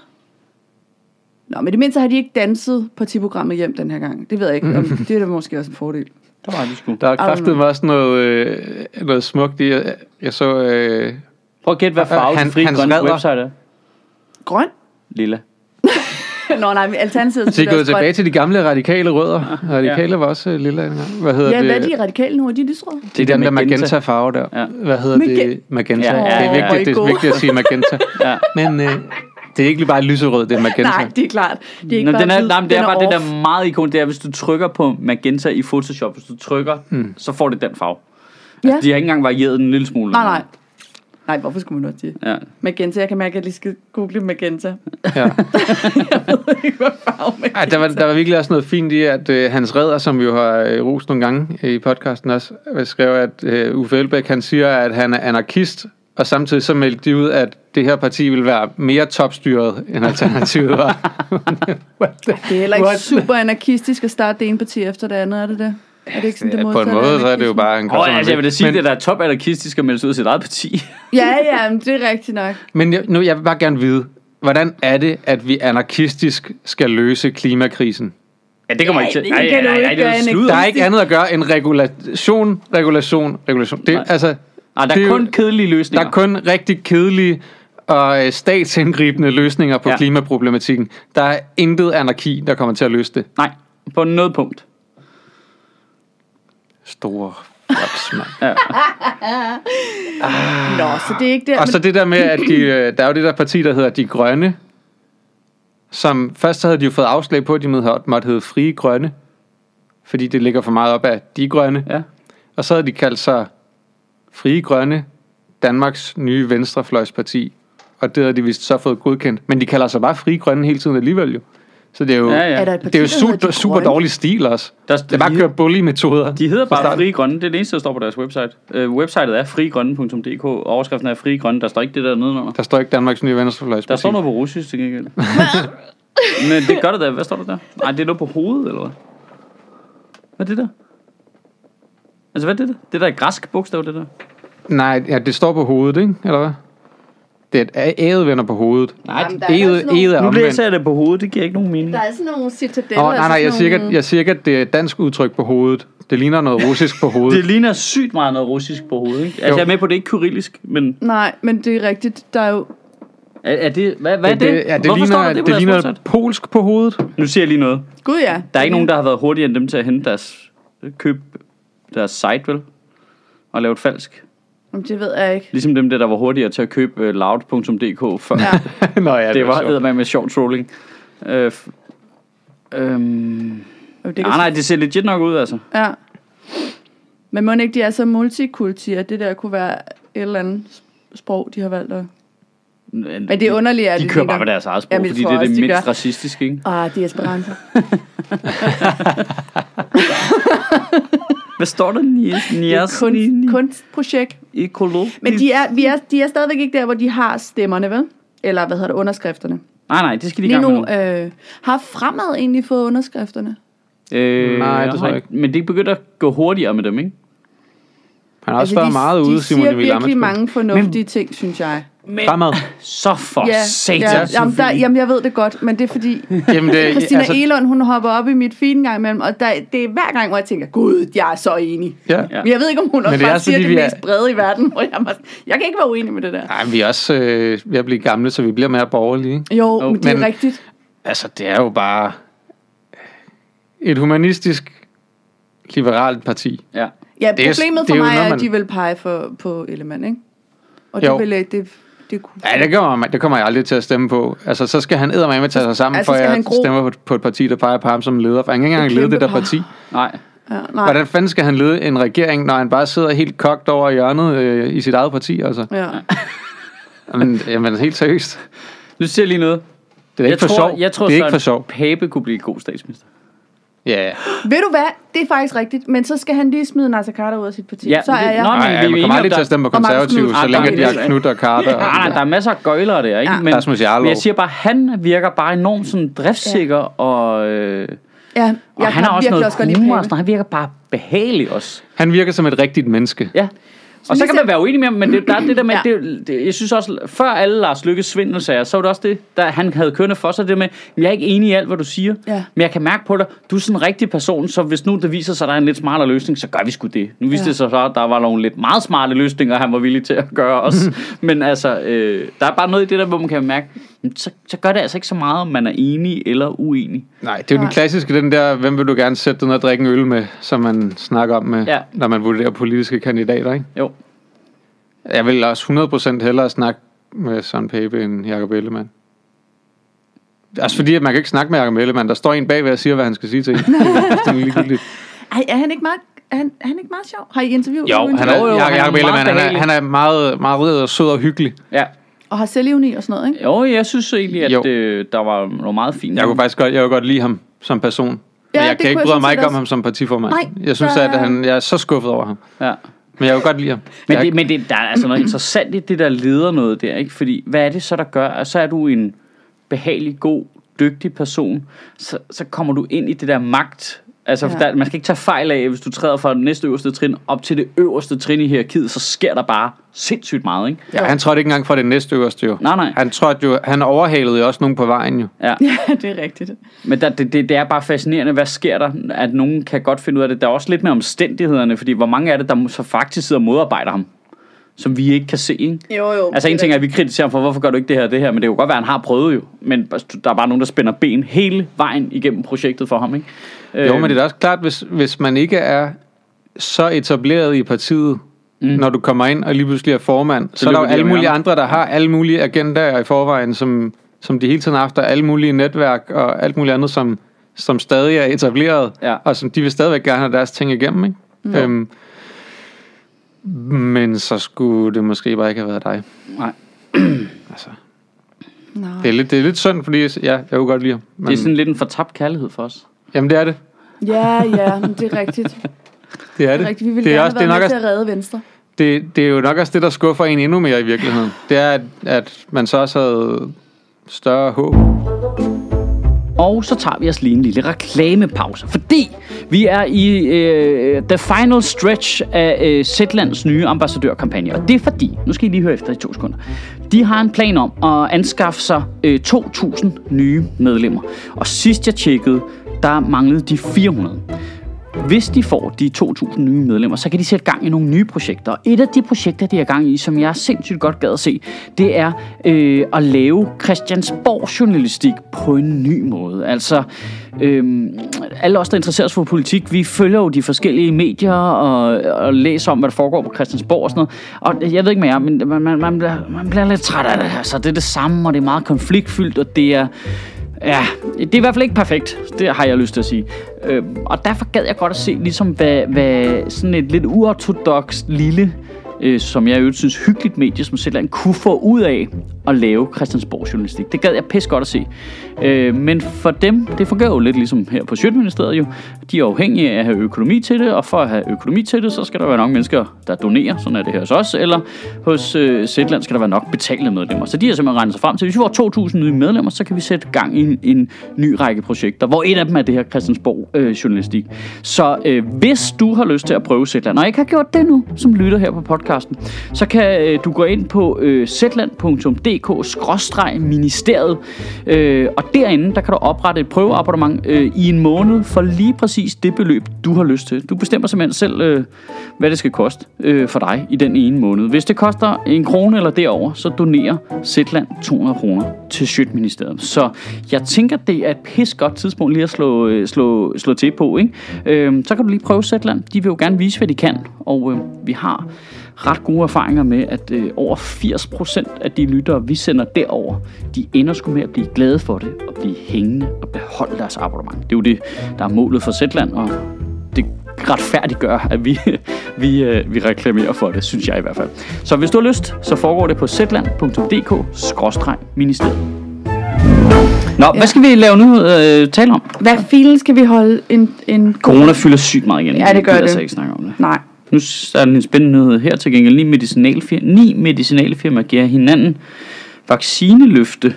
Nå, men det mindste har de ikke danset partiprogrammet hjem den her gang. Det ved jeg ikke. Det er da måske også en fordel. Der var de sgu. Der er kraftigt mig også noget smukt i. Jeg så... Prøv at gætte, hvad farve den frie grønne website er. Grøn? Lilla. Nå nej, alternativet... Så I er gået tilbage til de gamle radikale rødder. Radikale var også lilla engang. Hvad hedder det? Hvad er de radikale nu? Er de lysrøde? Det er den der magenta-farve der. Ja. Hvad hedder det? Magenta. Ja. Det er vigtigt at sige magenta. Ja. Men det er ikke bare lyserød, det er magenta. Nej, det er klart. Det er ikke det er bare det der meget ikon. Det er, hvis du trykker på magenta i Photoshop, hvis du trykker, så får det den farve. Altså, de har ikke engang varieret en lille smule. Nej. Nej, hvorfor skulle man også det? Ja. Magenta, jeg kan mærke, at jeg lige skal google magenta. Ja. Jeg ved ikke, hvad farve magenta. Der var virkelig også noget fint i, at Hans Redder, som vi jo har rost nogle gange i podcasten også, skrev, at Uffe Elbæk, han siger, at han er anarkist, og samtidig så meldte de ud, at det her parti vil være mere topstyret, end alternativet var. Det er heller ikke super anarkistisk at starte det ene parti efter det andet, er det det? Er det ikke sådan, det på en måde, så er det jo bare en jeg vil da sige, det der er top-anarkistisk at melde sig ud af sit eget parti. Ja, det er rigtigt nok. Men jeg vil bare gerne vide, hvordan er det, at vi anarkistisk skal løse klimakrisen? Ja, det kommer ikke til. Der er ikke andet at gøre end regulation. Det, altså, der er kun kedelige løsninger. Der er kun rigtig kedelige og statsindgribende løsninger på klimaproblematikken. Der er intet anarki, der kommer til at løse det. Nej, på noget punkt. Store floks, mand. Ja. Nå, så det er ikke det. Og så det der med, at der er jo det der parti, der hedder De Grønne, som først havde de jo fået afslag på, at de måtte hedde Frie Grønne, fordi det ligger for meget op af De Grønne. Ja. Og så havde de kaldt sig Frie Grønne, Danmarks nye venstrefløjsparti, og det havde de vist så fået godkendt. Men de kalder sig bare Frie Grønne hele tiden alligevel jo. Så det er jo, det er jo super dårlig stil også. Det er bare at køre bully-metoder. De hedder bare Frie Grønne. Det er det eneste, der står på deres website. Websitet er frigrønne.dk. Overskriften er Frie Grønne. Der står ikke det der nedenunder. Der står ikke Danmarks nye venstrefløjsparti. Der står noget på russisk til gengæld. Men det gør det da. Hvad står der der? Nej, det er noget på hovedet, eller hvad? Hvad er det der? Altså, hvad er det der? Det der er græsk bogstav, det der? Nej, ja, det står på hovedet, ikke? Eller hvad? Det er æget vender på hovedet. Nej, æget er nu omvendt. læser jeg det på hovedet, det giver ikke nogen mening. Der er sådan nogle citadeller. Nej, jeg siger ikke, at det er et dansk udtryk på hovedet. Det ligner noget russisk på hovedet. Det ligner sygt meget noget russisk på hovedet, ikke? Altså, jeg er med på, det er ikke kyrillisk, men... Nej, men det er rigtigt. Der er jo... Er det... Hvad er det? Ja, Hvorfor står der det på det ligner polsk på hovedet. Nu siger jeg lige noget. Gud ja. Der er ikke nogen, der har været hurtigere end dem til at hente deres site, vel? Og lave et falsk. Det ved jeg ikke. Ligesom dem der var hurtigere til at købe loud.dk før. Ja. Nå, ja, det var med sjov trolling. Nej, det ser legit nok ud, altså. Ja. Men må ikke de er så multikulti, at det der kunne være et eller andet sprog, de har valgt at Men det er underligt, at de kører bare med deres eget sprog, fordi det er det mindst racistiske, ikke? Det er Esperanto. Hvad står der? Det er kunstprojekt. Men de er stadigvæk ikke der, hvor de har stemmerne, vel? Eller underskrifterne? Nej, det skal de gøre med nu. Har Fremad egentlig fået underskrifterne? Nej, det tror jeg ikke. Men det begynder at gå hurtigere med dem, ikke? Han har også været meget ude, Simon Emil Ammitzbøll. De siger virkelig mange fornuftige ting, synes jeg. Fremad. Så for satan. Jamen, jeg ved det godt, men det er fordi Christina Egelund, hun hopper op i mit feed en gang imellem, og det er hver gang, hvor jeg tænker, gud, jeg er så enig. Ja. Men jeg ved ikke, om hun også bare siger det mest brede i verden, hvor jeg kan ikke være uenig med det der. Nej, vi er også ved at blive gamle, så vi bliver mere borgerlige. Ikke? Jo, men det er rigtigt. Altså, det er jo bare et humanistisk, liberalt parti. Ja, problemet for mig er, at de vil pege på Ellemann, ikke? Og det vil det kommer jeg aldrig til at stemme på. Altså, så skal han eddermame tage sig sammen, for jeg stemmer på et parti, der peger på ham som leder. For han kan ikke engang lede det der parti. Nej. Hvordan fanden skal han lede en regering, når han bare sidder helt kogt over hjørnet i sit eget parti, altså? Ja. Jamen, helt seriøst. Nu siger jeg lige noget. Det er ikke for sjov. Jeg tror, det er ikke for sjov. Pape kunne blive god statsminister. Ja. Yeah. Ved du hvad? Det er faktisk rigtigt. Men så skal han lige smide Naser Khader ud af sit parti. Ja, så er jeg. Nej, vi kommer aldrig til at stemme på konservative, så længe de har Knud og Khader. Nej, der er masser af gøjlere der, ikke? Ja. Men jeg siger bare, han virker bare enormt sådan driftsikker og han har også noget humor. Han virker bare behagelig også. Han virker som et rigtigt menneske. Ja. Og så kan man være uenig med ham, men der er det der med, jeg synes også, før alle Lars Løkkes svindelsager, så var det også det, der han havde kørende for sig, det med, jeg er ikke enig i alt, hvad du siger, men jeg kan mærke på dig, du er sådan en rigtig person, så hvis nu det viser sig, at der er en lidt smartere løsning, så gør vi sgu det. Nu viste det sig så, at der var nogle lidt meget smarte løsninger, han var villig til at gøre også. Men altså, der er bare noget i det der, hvor man kan mærke, så gør det altså ikke så meget, om man er enig eller uenig. Nej, det er jo den klassiske, den der, hvem vil du gerne sætte dig ned og drikke en øl med, som man snakker om med, når man vurderer politiske kandidater, ikke? Jo. Jeg vil også 100% hellere snakke med Søren Pape end Jakob Ellemann. Altså fordi, at man kan ikke snakke med Jakob Ellemann. Der står en bagved og siger, hvad han skal sige til en. Det er ligegyldigt. Er han ikke meget sjov? Har I interviewet? Jo, Jakob Ellemann, han er meget, meget sød og hyggelig. Ja. Og har selvivni og sådan noget, ikke? Jo, jeg synes egentlig, at der var noget meget fint. Jeg kunne godt lide ham som person. Men jeg kan ikke bryde mig ikke om ham som partiformand. Nej, jeg synes, at jeg er så skuffet over ham. Ja. Men jeg vil godt lide ham. Men der er altså noget interessant i det, der leder noget der, ikke? Fordi, hvad er det så, der gør? Og så er du en behagelig, god, dygtig person. Så kommer du ind i det der magt. Altså, man skal ikke tage fejl af, hvis du træder fra det næste øverste trin op til det øverste trin i hierarkiet, så sker der bare sindssygt meget, ikke? Ja, han trådte ikke engang fra det næste øverste, jo. Nej. Han overhalede jo også nogen på vejen, jo. Ja, det er rigtigt. Men det er bare fascinerende, hvad sker der, at nogen kan godt finde ud af det. Der er også lidt med omstændighederne, fordi hvor mange er det, der så faktisk sidder og modarbejder ham, som vi ikke kan se, ikke? Jo. Altså en ting er, at vi kritiserer ham for, hvorfor gør du ikke det her, men det kan jo godt være, at han har prøvet jo. Men der er bare nogen, der spænder ben hele vejen igennem projektet for ham, ikke? Jo, men det er også klart, hvis man ikke er så etableret i partiet, når du kommer ind og lige pludselig er formand, så er der jo alle mulige andre, der har alle mulige agendaer i forvejen, som de hele tiden har haft, alle mulige netværk og alt muligt andet, som stadig er etableret, og som de vil stadigvæk gerne have deres ting igennem, ikke? Men så skulle det måske bare ikke have været dig. Nej. Altså. Det er lidt synd, fordi jeg kunne godt lide ham. Men det er sådan lidt en fortabt kærlighed for os. Jamen det er det. Ja, men det er rigtigt. Det er det. Rigtigt. Vi vil gerne være med til at redde Venstre. Det er jo nok også det, der skuffer en endnu mere i virkeligheden. Det er, at man så også havde større håb. Og så tager vi os lige en lille reklamepause, fordi vi er i the final stretch af Zetlands nye ambassadørkampagne. Og det er fordi, nu skal I lige høre efter i 2 sekunder, de har en plan om at anskaffe sig 2.000 nye medlemmer. Og sidst jeg tjekkede, der manglede de 400. Hvis de får de 2.000 nye medlemmer, så kan de sætte gang i nogle nye projekter. Og et af de projekter, de er gang i, som jeg er sindssygt godt gad at se, det er at lave Christiansborg-journalistik på en ny måde. Altså, alle os, der interesserer os for politik, vi følger jo de forskellige medier og læser om, hvad der foregår på Christiansborg og sådan noget. Og jeg ved ikke mere, men man bliver lidt træt af det her. Så det er det samme, og det er meget konfliktfyldt, og det er... Ja, det er i hvert fald ikke perfekt. Det har jeg lyst til at sige. Og derfor gad jeg godt at se, ligesom hvad sådan et lidt uorthodox lille, som jeg jo synes hyggeligt medie, som Zetland kunne få ud af at lave Christiansborg-journalistik. Det gad jeg pisse godt at se. Men for dem, det fungerer jo lidt ligesom her på Sjøtministeriet jo. De er afhængige af at have økonomi til det, og for at have økonomi til det, så skal der være nok mennesker, der donerer. Sådan er det her hos os. Eller hos Zetland skal der være nok betalende medlemmer. Så de har simpelthen regnet sig frem til, hvis vi får 2.000 nye medlemmer, så kan vi sætte gang i en ny række projekter, hvor et af dem er det her Christiansborg-journalistik. Så hvis du har lyst til at prøve Zetland, og ikke har gjort det nu, som lytter her på podcasten, så kan du gå ind på zetland.dk/ministeriet, og derinde, der kan du oprette et prøveabonnement i en måned for lige præcis det beløb, du har lyst til. Du bestemmer simpelthen selv, hvad det skal koste for dig i den ene måned. Hvis det koster 1 krone eller derover, så donerer Zetland 200 kroner til Sjøtministeriet. Så jeg tænker, det er et pis godt tidspunkt lige at slå til på, ikke? Så kan du lige prøve Zetland. De vil jo gerne vise, hvad de kan, og vi har ret gode erfaringer med, at over 80% af de lyttere, vi sender derover, de ender sgu med at blive glade for det, og blive hængende og beholde deres abonnement. Det er jo det, der er målet for Zetland, og det retfærdiggør, at vi reklamerer for det, synes jeg i hvert fald. Så hvis du har lyst, så foregår det på zetland.dk/ministeriet. Nå, hvad skal vi lave nu tale om? Hvad filen skal vi holde en Corona fylder sygt meget igen. Ja, det gør det. Jeg ikke snakke om det. Nej. Nu er der en spændende nyhed her til gengæld. 9 medicinalfirmaer giver hinanden vaccineløfte.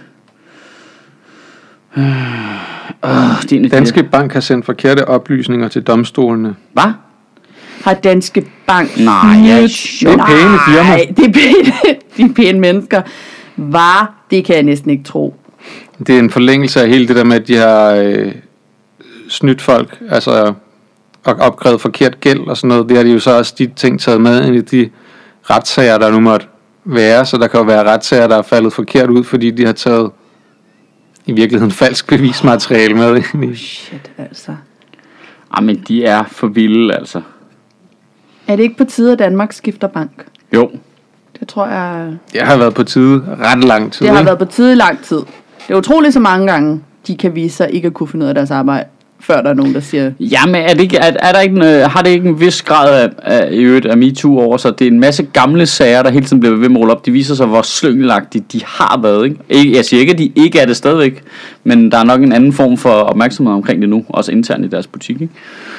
Danske Bank har sendt forkerte oplysninger til domstolene. Hvad? Har Danske Bank... Nej, det er pæne firma. Nej, det er pæne, de er pæne mennesker. Det kan jeg næsten ikke tro. Det er en forlængelse af hele det der med, at de har snydt folk, altså og opkrævet forkert gæld og sådan noget. Det har de jo så også de ting taget med ind i de retssager, der nu måtte være. Så der kan jo være retssager, der er faldet forkert ud, fordi de har taget i virkeligheden falsk bevismateriale med. Shit, altså. Men de er for vilde, altså. Er det ikke på tide, at Danmark skifter bank? Jo. Det tror jeg... Det har været på tide ret lang tid. Det har været på tide i lang tid. Det er utroligt så mange gange, de kan vise sig ikke at kunne finde ud af deres arbejde, før der er nogen, der siger... Jamen, har det ikke en vis grad af MeToo over sig? Det er en masse gamle sager, der hele tiden bliver ved med at rulle op. De viser sig, hvor slyngelagtige de har været, ikke? Jeg siger ikke, at de ikke er det stadigvæk, men der er nok en anden form for opmærksomhed omkring det nu, også internt i deres butik, ikke?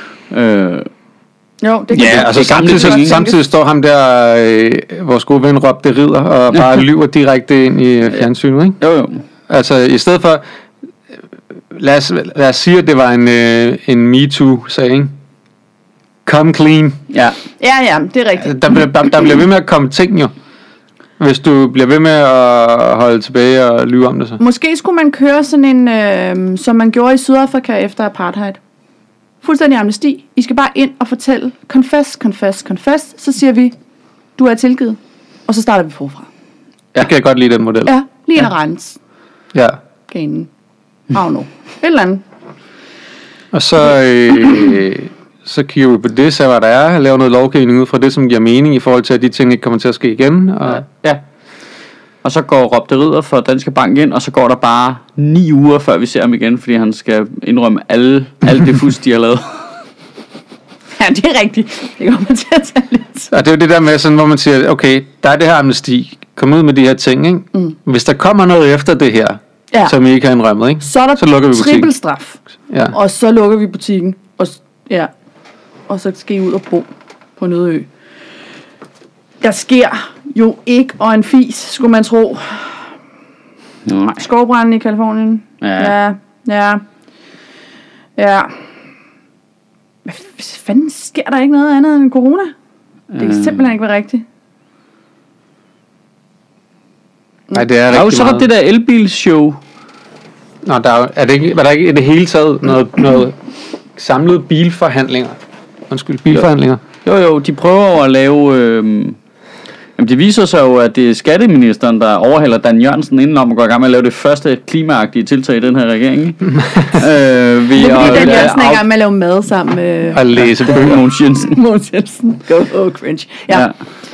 Jo, det kan altså samtidig står ham der, vores gode ven Rob de Ridder, og bare lyver direkte ind i fjernsynet, ikke? Jo. Altså, i stedet for... Lad os sige, at det var en MeToo-sag, ikke? Come clean. Ja, det er rigtigt. Der bliver ved med at komme ting, jo. Hvis du bliver ved med at holde tilbage og lyve om det, så. Måske skulle man køre sådan en, som man gjorde i Sydafrika efter apartheid. Fuldstændig amnesti. I skal bare ind og fortælle, confess. Så siger vi, du er tilgivet. Og så starter vi forfra. Jeg kan godt lide den model. Ja, lige en rens. Ja. Ganen. Et eller andet. Og så kigger vi på det, så hvad der er, laver noget lovgivning ud fra det, som giver mening i forhold til, at de ting ikke kommer til at ske igen. Og ja. Og så går Rob de Ridder for Danske Bank ind, og så går der bare 9 uger, før vi ser ham igen, fordi han skal indrømme alt det fusk, de har lavet. Ja, det er rigtigt. Det kommer til at tage lidt. Og det er jo det der med, sådan, hvor man siger, okay, der er det her amnesti. Kom ud med de her ting, ikke? Mm. Hvis der kommer noget efter det her, som I ikke har indrømmet, ikke? Så er der lukker vi butikken. Trippelstraf. Ja. Og så lukker vi butikken. Og så skal I ud og bo på Nødø. Der sker jo ikke og en fis, skulle man tro. Nej. Skovbranden i Kalifornien. Ja. Hvad fanden sker der ikke noget andet end corona? Det kan simpelthen ikke være rigtigt. Nej, det er rigtig meget. Så var det der elbilshow. Nå, var der ikke i det hele taget noget samlede bilforhandlinger? Bilforhandlinger? Jo, de prøver at lave... det viser sig jo, at det er skatteministeren, der overhælder Dan Jørgensen indenom og går i gang med at lave det første klimaagtige tiltag i den her regering. Det er Dan Jørgensen er i gang med at lave mad sammen med... Og læse bøger. Mogens Jensen. Mogens Jensen. Go, cringe. Ja.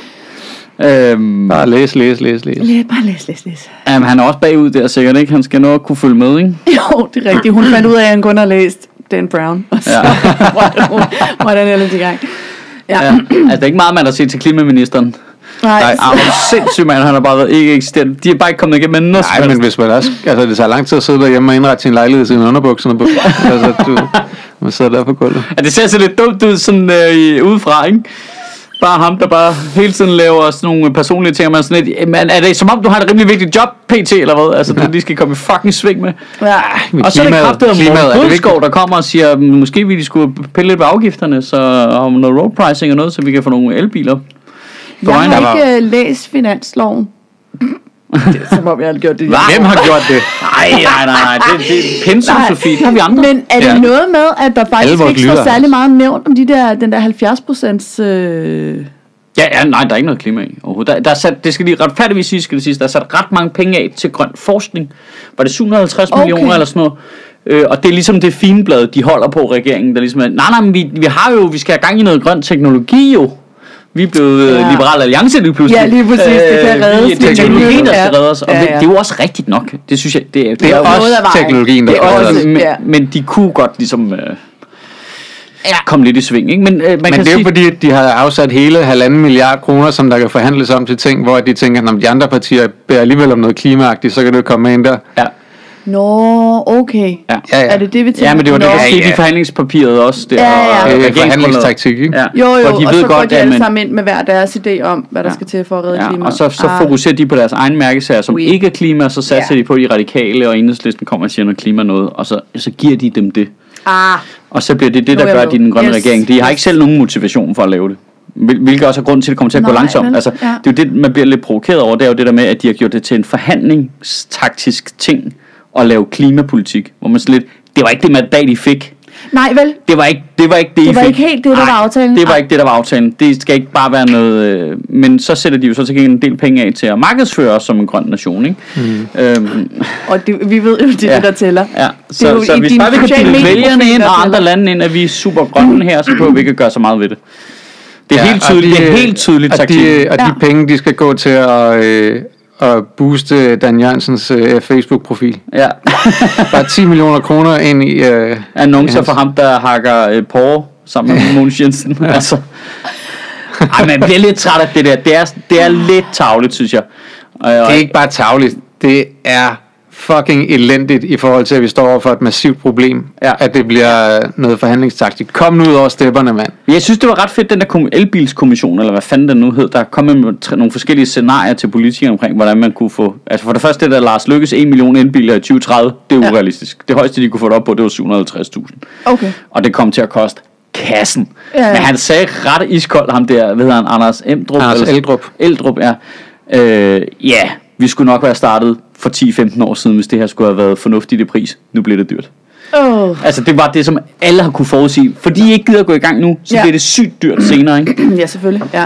Bare læs. Bare læs. Jamen, han er også bagud der sikkert, ikke? Han skal nok kunne følge med, ikke? Jo, det er rigtigt. Hun fandt ud af, at han kun har læst Dan Brown. Og så var den ellers i gang. Ja. Altså, det er ikke meget, man har set til klimaministeren. Nej. Sindssygt, man. Han har bare været ikke eksistent. De er bare ikke kommet igennem noget. Nej, men hvis man også... Altså, det tager lang tid at sidde derhjemme og indrette sin lejlighed til en underbukserne på. Altså, man sidder der på gulvet. Ja, det ser så lidt dumt ud sådan udefra, ikke? Bare ham, der bare hele tiden laver sådan nogle personlige ting. Man sådan lidt, men er det som om, du har et rimelig vigtigt job, PT, eller hvad? Altså, du lige skal komme i fucking sving med. Ja. Og så er det kraftet om Morten Bødskov, der kommer og siger, måske vi skulle pille lidt på afgifterne, så om noget road pricing og noget, så vi kan få nogle elbiler. Jeg har ikke læst finansloven. Det er som om jeg har gjort det. Hvem har gjort det? Nej. Det er pensum, Sofie. Det har vi andre. Men er det noget med, at der faktisk ikke står særlig meget nævnt om den der 70%? Ja, nej, der er ikke noget klima i overhovedet. Der er sat, det skal lige retfærdigvis sige, der er sat ret mange penge af til grøn forskning. Var det 750 millioner eller sådan noget? Og det er ligesom det fineblad, de holder på regeringen, der ligesom er, nej, men vi skal have gang i noget grøn teknologi jo. Vi er blevet Liberal Alliance lige pludselig. Ja, lige præcis. Det kan reddes. Det er teknologien, der skal reddes. Og det er jo også rigtigt nok. Det synes jeg, det er også teknologien, der skal reddes. Men de kunne godt ligesom... komme lidt i sving, ikke? Men det er jo fordi, at de har afsat hele 1,5 milliard kroner, som der kan forhandles om til ting, hvor de tænker, at de andre partier beder alligevel om noget klimaagtigt, så kan det komme med ind der. Ja. Nå, okay. Ja. Er det det, vi tænker? Ja, men det var det, der skete i forhandlingspapiret også. Der, forhandlingstaktik, ikke? Ja. Jo, og de og ved så godt, går de alle sammen ind med hver deres idé om, hvad der skal til for at redde klimaet. Og så fokuserer de på deres egen mærkesager, som ikke er klima, og så satser de på de radikale, og Enhedslisten kommer og siger noget klima noget, og så giver de dem det. Og så bliver det, der gør de den grønne regering. De har ikke selv nogen motivation for at lave det. Hvilket også er grund til, at det kommer til at gå langsomt. Altså, det er jo det, man bliver lidt provokeret over. Det er jo det der med, at de har gjort det til en forhandlingstaktisk ting at lave klimapolitik. Hvor man så lidt, det var ikke det mandat, de fik. Nej, vel? Det var ikke det, I fik. Ikke helt det, der var aftalen. Det var ikke det, der var aftalen. Det skal ikke bare være noget... men så sætter de jo så til gengæld en del penge af til at markedsføre os som en grøn nation, ikke? Og vi ved jo, det er det, der tæller. Ja. Så hvis bare vi kan bilde vælgerne ind og andre lande ind, at vi er super grønne her, så behøver vi ikke gøre så meget ved det. Det er helt tydeligt. Det er helt tydeligt taktik. Og de penge, de skal gå til at booste Dan Jørgensens Facebook-profil. Ja. Bare 10 millioner kroner ind i... annoncer for ham, der hakker porre sammen med Mogens Jensen. Altså. Ej, man bliver lidt træt af det der. Det er lidt tarveligt, synes jeg. Det er ikke bare tarveligt. Det er fucking elendigt i forhold til, at vi står over for et massivt problem. At det bliver noget forhandlingstaktik. Kom nu ud over stepperne, mand. Jeg synes, det var ret fedt, den der elbilskommission, eller hvad fanden den nu hed, der kom med nogle forskellige scenarier til politikere omkring, hvordan man kunne få... Altså for det første, det der Lars Løkkes 1 million elbiler i 2030, det er urealistisk. Det højeste, de kunne få det op på, det var 750.000. Okay. Og det kom til at koste kassen. Men han sagde ret iskoldt, ham der, hvad hedder han, Anders Emdrup? Eldrup, ja. Vi skulle nok være startet for 10-15 år siden, hvis det her skulle have været fornuftigt i pris. Nu bliver det dyrt. Altså det var det, som alle har kunne forudsige. Fordi I ikke gider at gå i gang nu, så bliver det sygt dyrt senere, ikke? Ja, selvfølgelig. Ja.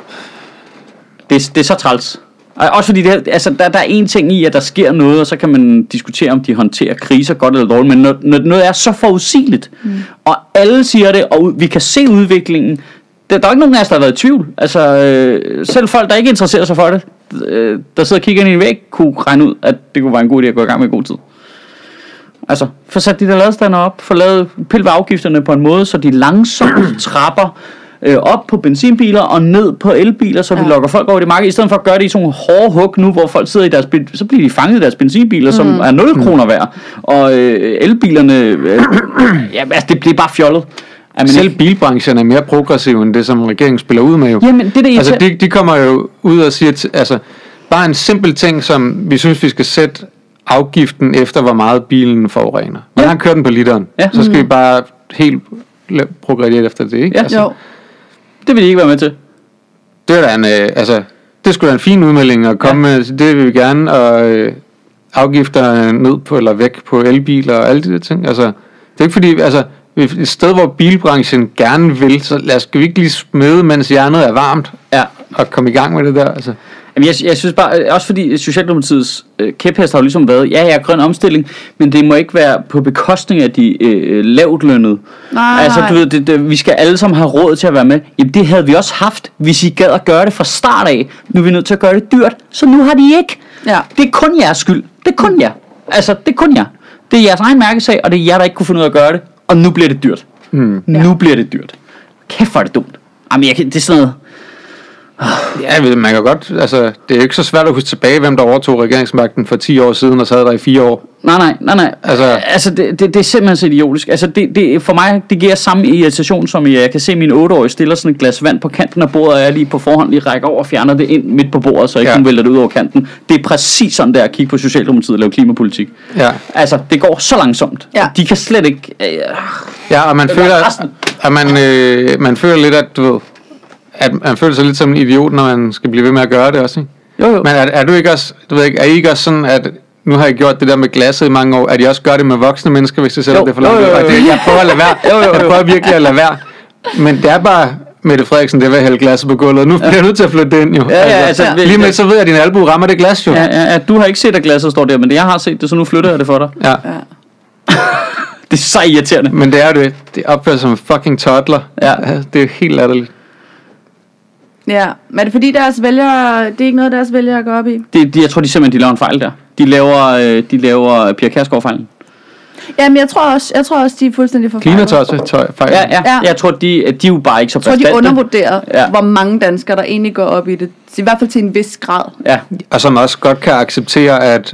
Det er så træls. Også fordi der er en ting i, at der sker noget, og så kan man diskutere, om de håndterer kriser godt eller dårligt. Men når noget er så forudsigeligt, og alle siger det, og vi kan se udviklingen, der er ikke nogen af os, der har været i tvivl. Altså, selv folk, der ikke interesserer sig for det, der sidder og kigger ind i en væg, kunne regne ud, at det kunne være en god idé at gå i gang med i god tid. Altså, få sat de der ladestander op, få lavet pille afgifterne på en måde, så de langsomt trapper op på benzinbiler og ned på elbiler, så vi lokker folk over det marked, i stedet for at gøre det i sådan nogle hårde hug nu, hvor folk sidder i deres så bliver de fanget i deres benzinbiler, som er 0 kroner værd. Og elbilerne, altså det bliver bare fjollet. Selv bilbranchen er mere progressiv end det, som regeringen spiller ud med jo. Jamen, de kommer jo ud og siger, altså bare en simpel ting, som vi synes, vi skal sætte afgiften efter, hvor meget bilen forurener. Når han kører den på literen, så skal vi bare helt progrediere efter det, ikke? Ja, altså, det vil de ikke være med til. Det er da det skulle da en fin udmelding at komme med, det vil vi gerne, og afgifter ned på eller væk på elbiler og alle de der ting. Altså, det er ikke fordi, et sted, hvor bilbranchen gerne vil, så skal vi ikke lige smede, mens hjernet er varmt, og komme i gang med det der, altså. Jamen jeg synes bare, også fordi Socialdemokratiets kæphest har jo ligesom været, grøn omstilling, men det må ikke være på bekostning af de lavtlønnede. Nej. Altså du ved, vi skal alle sammen have råd til at være med. Jamen det havde vi også haft, hvis I gad at gøre det fra start af. Nu er vi nødt til at gøre det dyrt, så nu har de ikke. Ja. Det er kun jeres skyld. Det er kun jer. Altså det er kun jer. Det er jeres egen mærkesag, og det er jer, der ikke kunne finde ud af at gøre det. Og nu bliver det dyrt. Nu bliver det dyrt. Kæft, hvor er det dumt. Jamen det er sådan noget... Ja, man kan godt, altså, det er jo ikke så svært at huske tilbage, hvem der overtog regeringsmagten for 10 år siden og sad der i 4 år. Nej. Altså det er simpelthen så idiotisk. Altså, det, for mig, det giver samme irritation, som jeg kan se min 8-årige stiller sådan et glas vand på kanten af bordet, og jeg lige på forhånd lige rækker over og fjerner det ind midt på bordet, så jeg ikke vælter det ud over kanten. Det er præcis sådan der at kigge på Socialdemokratiet og lave klimapolitik. Ja. Altså, det går så langsomt. Ja. De kan slet ikke... Ja, og man føler, at man føler lidt, at du ved, at man føler sig lidt som en idiot, når man skal blive ved med at gøre det også, ikke? Jo. Men er du ikke også, du ved ikke, er I ikke også sådan, at nu har jeg gjort det der med glasset i mange år, at I også gør det med voksne mennesker, hvis det sætter det for langt ud? Jeg prøver at lade være. Jeg prøver virkelig at lade være. Men det er bare Mette Frederiksen, det vil hælde glasset på gulvet. Nu bliver jeg nødt til at flytte det ind, jo. Lige med så ved jeg, at din albue rammer det glas, jo. Ja, du har ikke set, at glasset står der, men jeg har set det, så nu flytter jeg det for dig. Ja. Det er så irriterende. Men det er det. Det opfører som en fucking toddler. Ja. Det er helt latterligt. Ja, men er det fordi deres vælgere, det er ikke noget, deres vælgere går op i? Jeg tror, de simpelthen laver en fejl der. De laver Pia Kjærsgaard-fejlen. Jamen, jeg tror også, de er fuldstændig forfejlet. Klimatosset-fejl. Ja. Jeg tror, de er jo bare ikke så bastante. Jeg tror, de undervurderer, hvor mange danskere, der egentlig går op i det. I hvert fald til en vis grad. Ja. Og som også godt kan acceptere, at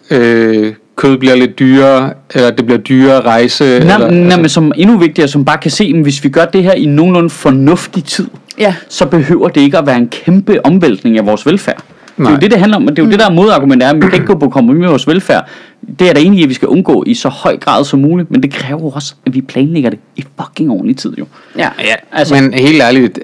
kød bliver lidt dyrere, eller det bliver dyrere at rejse. Men som endnu vigtigere, som bare kan se, at hvis vi gør det her i nogenlunde fornuftig tid, så behøver det ikke at være en kæmpe omvæltning af vores velfærd. Det er jo det handler om. Det er jo det, der er modargumentet er, at vi kan ikke gå på kompromis med vores velfærd. Det er der egentlig, at vi skal undgå i så høj grad som muligt, men det kræver også, at vi planlægger det i fucking ordentlig tid, jo. Ja, altså. Men helt ærligt,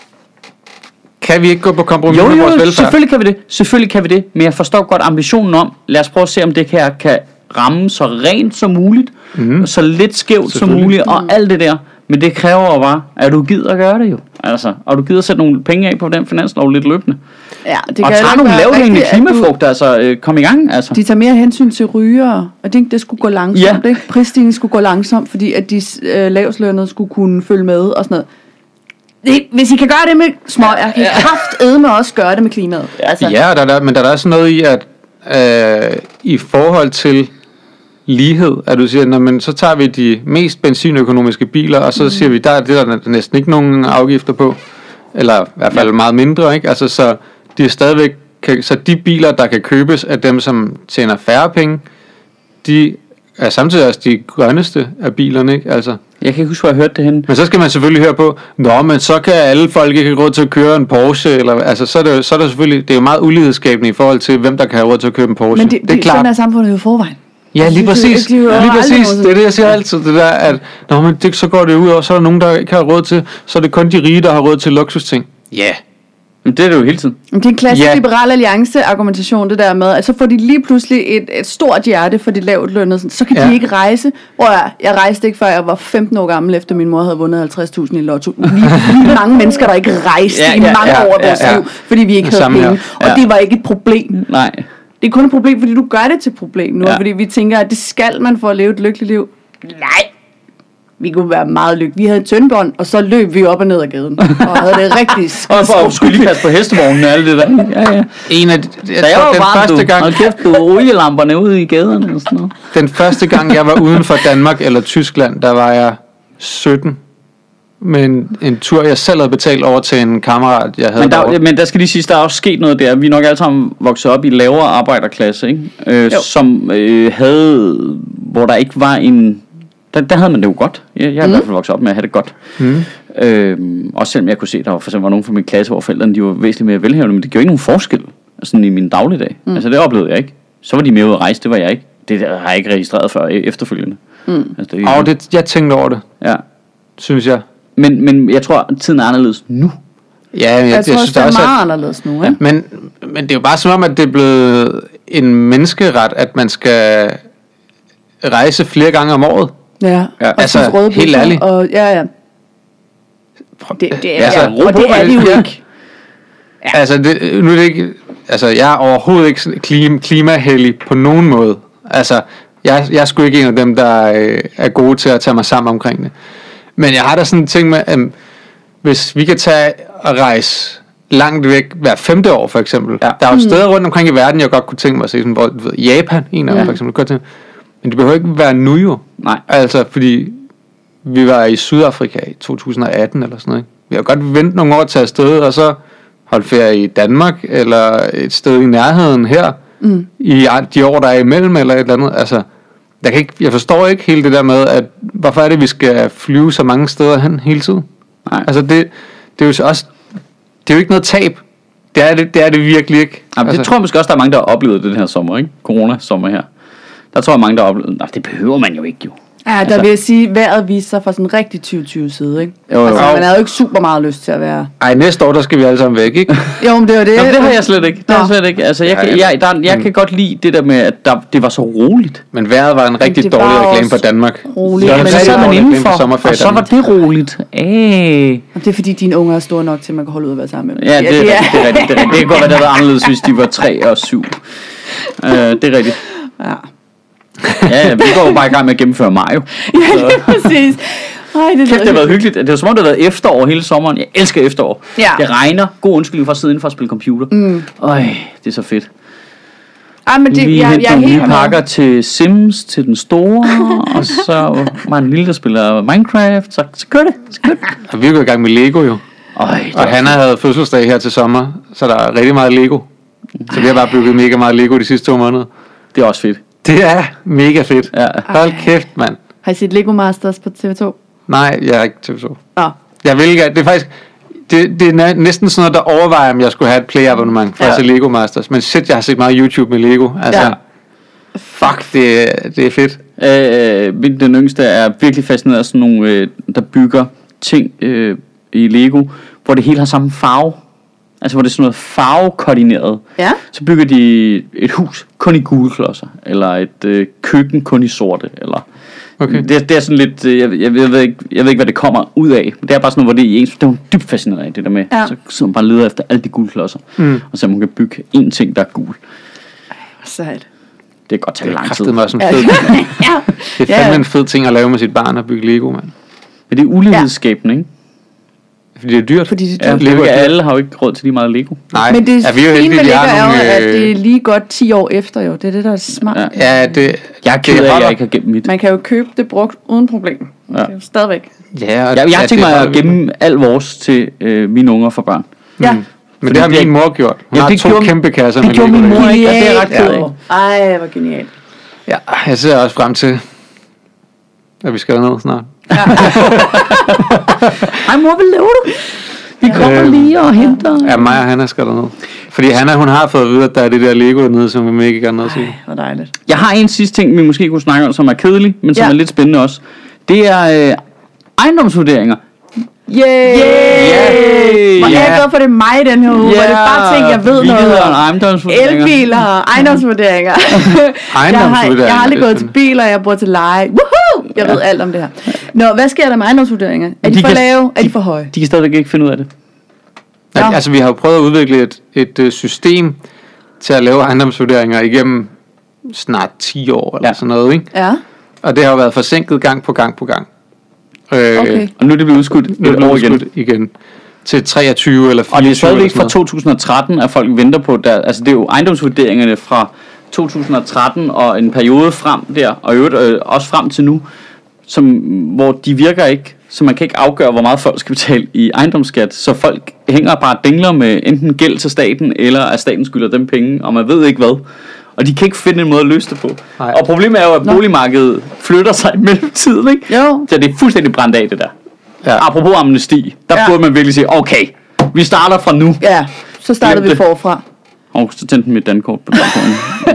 kan vi ikke gå på kompromis med vores velfærd? Selvfølgelig kan vi det, men jeg forstår godt ambitionen om, lad os prøve at se, om det her kan ramme så rent som muligt, og så lidt skævt som muligt, og alt det der. Men det kræver jo bare, at du gider at gøre det jo. Altså, og du gider at sætte nogle penge af på den finanslov lidt løbende. Ja, det og tager nogle lavthængende klimafrugter, altså kom i gang. Altså. De tager mere hensyn til rygere, og det skulle gå langsomt, ikke? Prisstigningen skulle gå langsomt, fordi at de lavslønnede skulle kunne følge med og sådan noget. Hvis I kan gøre det med smøger, kan I kraftedme også gøre det med klimaet. Altså. Ja, men der er også noget i, at i forhold til lighed, at du siger, men så tager vi de mest benzinøkonomiske biler, og så siger vi, der er der næsten ikke nogen afgifter på, eller i hvert fald meget mindre, ikke? Altså, så de er stadigvæk, så de biler, der kan købes af dem, som tjener færre penge, de er samtidig også de grønneste af bilerne, ikke? Altså. Jeg kan ikke huske, hvor jeg hørte det henne. Men så skal man selvfølgelig høre på, men så kan alle folk ikke have råd til at køre en Porsche, eller, altså, så er der selvfølgelig, det er jo meget ulighedsskabende i forhold til, hvem der kan have råd til at købe en Porsche. Men det er klart. Sådan er samfundet jo i forvejen. Ja, lige præcis. Det er det, jeg siger altid. Det der, at så går det ud, og så er der nogen, der ikke har råd til, så er det kun de rige, der har råd til luksusting. Ja. Men det er det jo hele tiden. Det er en klassisk liberal alliance argumentation, det der med, at så får de lige pludselig et stort hjerte for de lavt lønnede, så kan de ikke rejse. Jeg rejste ikke, før jeg var 15 år gammel, efter min mor havde vundet 50.000 i lotto. Lige mange mennesker, der ikke rejste i mange år af vores liv, fordi vi ikke havde penge. Og det var ikke et problem. Nej. Det er kun et problem, fordi du gør det til et problem nu, fordi vi tænker, at det skal man for at leve et lykkeligt liv. Nej. Vi kunne være meget lykkelige. Vi havde et tyndbånd, og så løb vi op og ned ad gaden. Og havde det rigtig skidt. Og skulle lige passe på hestevognen og alt det der. Ja. En af den første gang... Og kæft, du olielamperne ude i gaderne og sådan noget. Den første gang, jeg var uden for Danmark eller Tyskland, der var jeg 17. med en tur, jeg selv havde betalt over til en kammerat, jeg havde. Men der skal lige sige, der er også sket noget der. Vi er nok alle sammen vokset op i lavere arbejderklasse, ikke? Som havde, hvor der ikke var en... Der havde man det jo godt. Jeg er i hvert fald vokset op med at have det godt. Også selvom jeg kunne se, der var for eksempel nogen fra min klasse, hvor forældrene de var væsentligt mere velhavende, men det gjorde ikke nogen forskel sådan i min dagligdag. Altså det oplevede jeg ikke. Så var de med ud at rejse, det var jeg ikke. Det har jeg ikke registreret før efterfølgende. Altså, jeg tænkte over det. Ja. Synes jeg. Men jeg tror, at tiden er anderledes nu. Ja, jeg tror også, det er meget anderledes nu. Ja. Men det er jo bare som om, at det er blevet en menneskeret, at man skal rejse flere gange om året. Ja. Altså, helt ærligt. Og, ja. Det er altså, og det er det jo ikke. Ja. Altså, nu er det ikke... Altså, jeg er overhovedet ikke klimahellig på nogen måde. Altså, jeg er sgu ikke en af dem, der er gode til at tage mig sammen omkring det. Men jeg har da sådan en ting med, at hvis vi kan tage og rejse langt væk hver 5. år, for eksempel. Ja. Der er jo steder rundt omkring i verden, jeg godt kunne tænke mig at se, sådan, hvor Japan, en af dem, for eksempel, godt til. Men det behøver ikke være nu jo. Nej. Altså, fordi vi var i Sydafrika i 2018 eller sådan noget. Ikke? Vi har godt ventet nogle år til afsted, og så holde ferie i Danmark, eller et sted i nærheden her, i de år, der er imellem, eller et eller andet. Altså, jeg forstår ikke hele det der med, at hvorfor er det, vi skal flyve så mange steder hen hele tiden? Nej. Altså, det er jo også, det er jo ikke noget tab. Det er det virkelig ikke. Jamen, det tror jeg måske også, der er mange, der har oplevet det her sommer, ikke? Corona-sommer her. Der tror jeg mange, der har oplevet. Nej, det behøver man jo ikke, jo. Ja, der vil jeg sige, vejret viser sig fra sådan en rigtig 2020 side, ikke? Jo. Altså, man havde jo ikke super meget lyst til at være... Ej, næste år, der skal vi alle sammen væk, ikke? Jo, men det var det. Jamen, det har jeg slet ikke. Det har jeg slet ikke. Altså, jeg kan godt lide det der med, at det var så roligt. Men vejret var en rigtig dårlig reklame for Danmark. Roligt. Ja, men så sad man indenfor, og så var det roligt. Og det er fordi, dine unger er store nok til, at man kan holde ud at være sammen med dem. Ja, det er rigtigt. Det kan godt være, det havde været anderledes, hvis de var 3 og 7. Det er rigtigt. Ja. Ja, vi går jo bare i gang med at gennemføre Mario. Ja, det er præcis. Ej, det Kæft, det har været hyggeligt. Det er som om, det har været efterår hele sommeren. Jeg elsker efterår. Ja. Det regner. God undskyldning for at sidde indenfor og spille computer. Øj, det er så fedt. Ej, men det, Vi jeg henter er nye helt pakker til Sims, til den store, og så var en lille, der spiller Minecraft, så kører det. Og vi er jo i gang med Lego jo. Og Hanna havde fødselsdag her til sommer, så der er rigtig meget Lego. Så vi har bare bygget mega meget Lego de sidste 2 måneder. det er også fedt. Det er mega fedt. Ja. Hold kæft, mand. Har I set Lego Masters på TV2? Nej, jeg er ikke TV2. Nå. Jeg vil ikke, det er faktisk... Det er næsten sådan noget, der overvejer, om jeg skulle have et play-abonnement for at se Lego Masters. Men shit, jeg har set meget YouTube med Lego. Altså, fuck, det er fedt. Den yngste er virkelig fascineret af sådan nogle, der bygger ting i Lego, hvor det hele har samme farve. Altså hvor det er sådan noget farvekoordineret. Ja. Så bygger de et hus kun i gule klodser, eller et køkken kun i sorte, eller... Okay. Det er sådan lidt, jeg ved ikke, hvad det kommer ud af. Det er bare sådan noget, hvor det er ens. Det er hun dybt fascineret af, det der med. Ja. Så sidder man bare og leder efter alle de gule klodser. Og så man kan bygge én ting, der er gul. Sejt. Det er godt tage lang tid. Det er også en fed Det er fandme en fed ting at lave med sit barn, at bygge Lego, mand. Men det er ulighedsskabende, ikke? Fordi det er dyrt. Fordi det er Ja, dyrt. Lego alle har jo ikke råd til lige meget Lego. Nej, Men det vi er jo fine med heldige, Lego de har er jo, nogle... at det er lige godt 10 år efter jo. Det er det, der er smart. Ja. Ja, det... Jeg er ked af, at jeg ikke har gemt mit. Man kan jo købe det brugt uden problem. Ja. Det er jo stadigvæk. Ja, Jeg har tænkt mig at gemme al vores til mine unger for børn. Ja. Men det har min mor gjort. Hun har det 2 kæmpe kasser med Det gjorde Lego. min mor ikke, og det er jeg ret ked af. Ej, hvor genialt. Ja, jeg ser også frem til, at vi skal ned snart. Ej mor, hvad laver du? Vi kommer lige og henter. Ja, mig og Hanna skal derned. Fordi Hanna, hun har fået at vide, at der er det der Lego dernede, som vi mega gerne ned til. Ej, hvor dejligt. Jeg har en sidste ting, vi måske kunne snakke om, som er kedelig, men som Ja. er lidt spændende også. Det er ejendomsvurderinger. Yay! Hvor er jeg glad for, det er mig den her uge. Hvor det er bare ting, jeg ved noget om. Ejendomsvurderinger. Elbiler og ejendomsvurderinger. Jeg har aldrig gået til biler, jeg bor til leje. Woohoo! Jeg ved alt om det her. Nå, hvad sker der med ejendomsvurderinger? Er de for lave? Er de for høje? De kan stadigvæk ikke finde ud af det. Ja. Altså, vi har jo prøvet at udvikle et system til at lave ejendomsvurderinger igennem snart 10 år eller sådan noget, ikke? Ja. Og det har jo været forsinket gang på gang på gang. Okay. Og nu er det blevet udskudt Nu er et det år udskudt igen. Til 23 eller 24. Og det er stadigvæk eller sådan fra 2013, at folk venter på der. Altså det er jo ejendomsvurderingerne fra 2013 og en periode frem der, og i øvrigt også frem til nu, hvor de virker ikke, så man kan ikke afgøre, hvor meget folk skal betale i ejendomsskat. Så folk hænger bare og dingler med enten gæld til staten, eller at staten skylder dem penge, og man ved ikke hvad. Og de kan ikke finde en måde at løse det på. Nej. Og problemet er jo, at boligmarkedet flytter sig i mellemtiden, ikke? Jo. Så det er fuldstændig brændt af, det der. Ja. Apropos amnesti, der burde man virkelig sige, okay, vi starter fra nu. Ja, så starter vi Glem det. forfra. Og så tændte mit dankort på telefonen.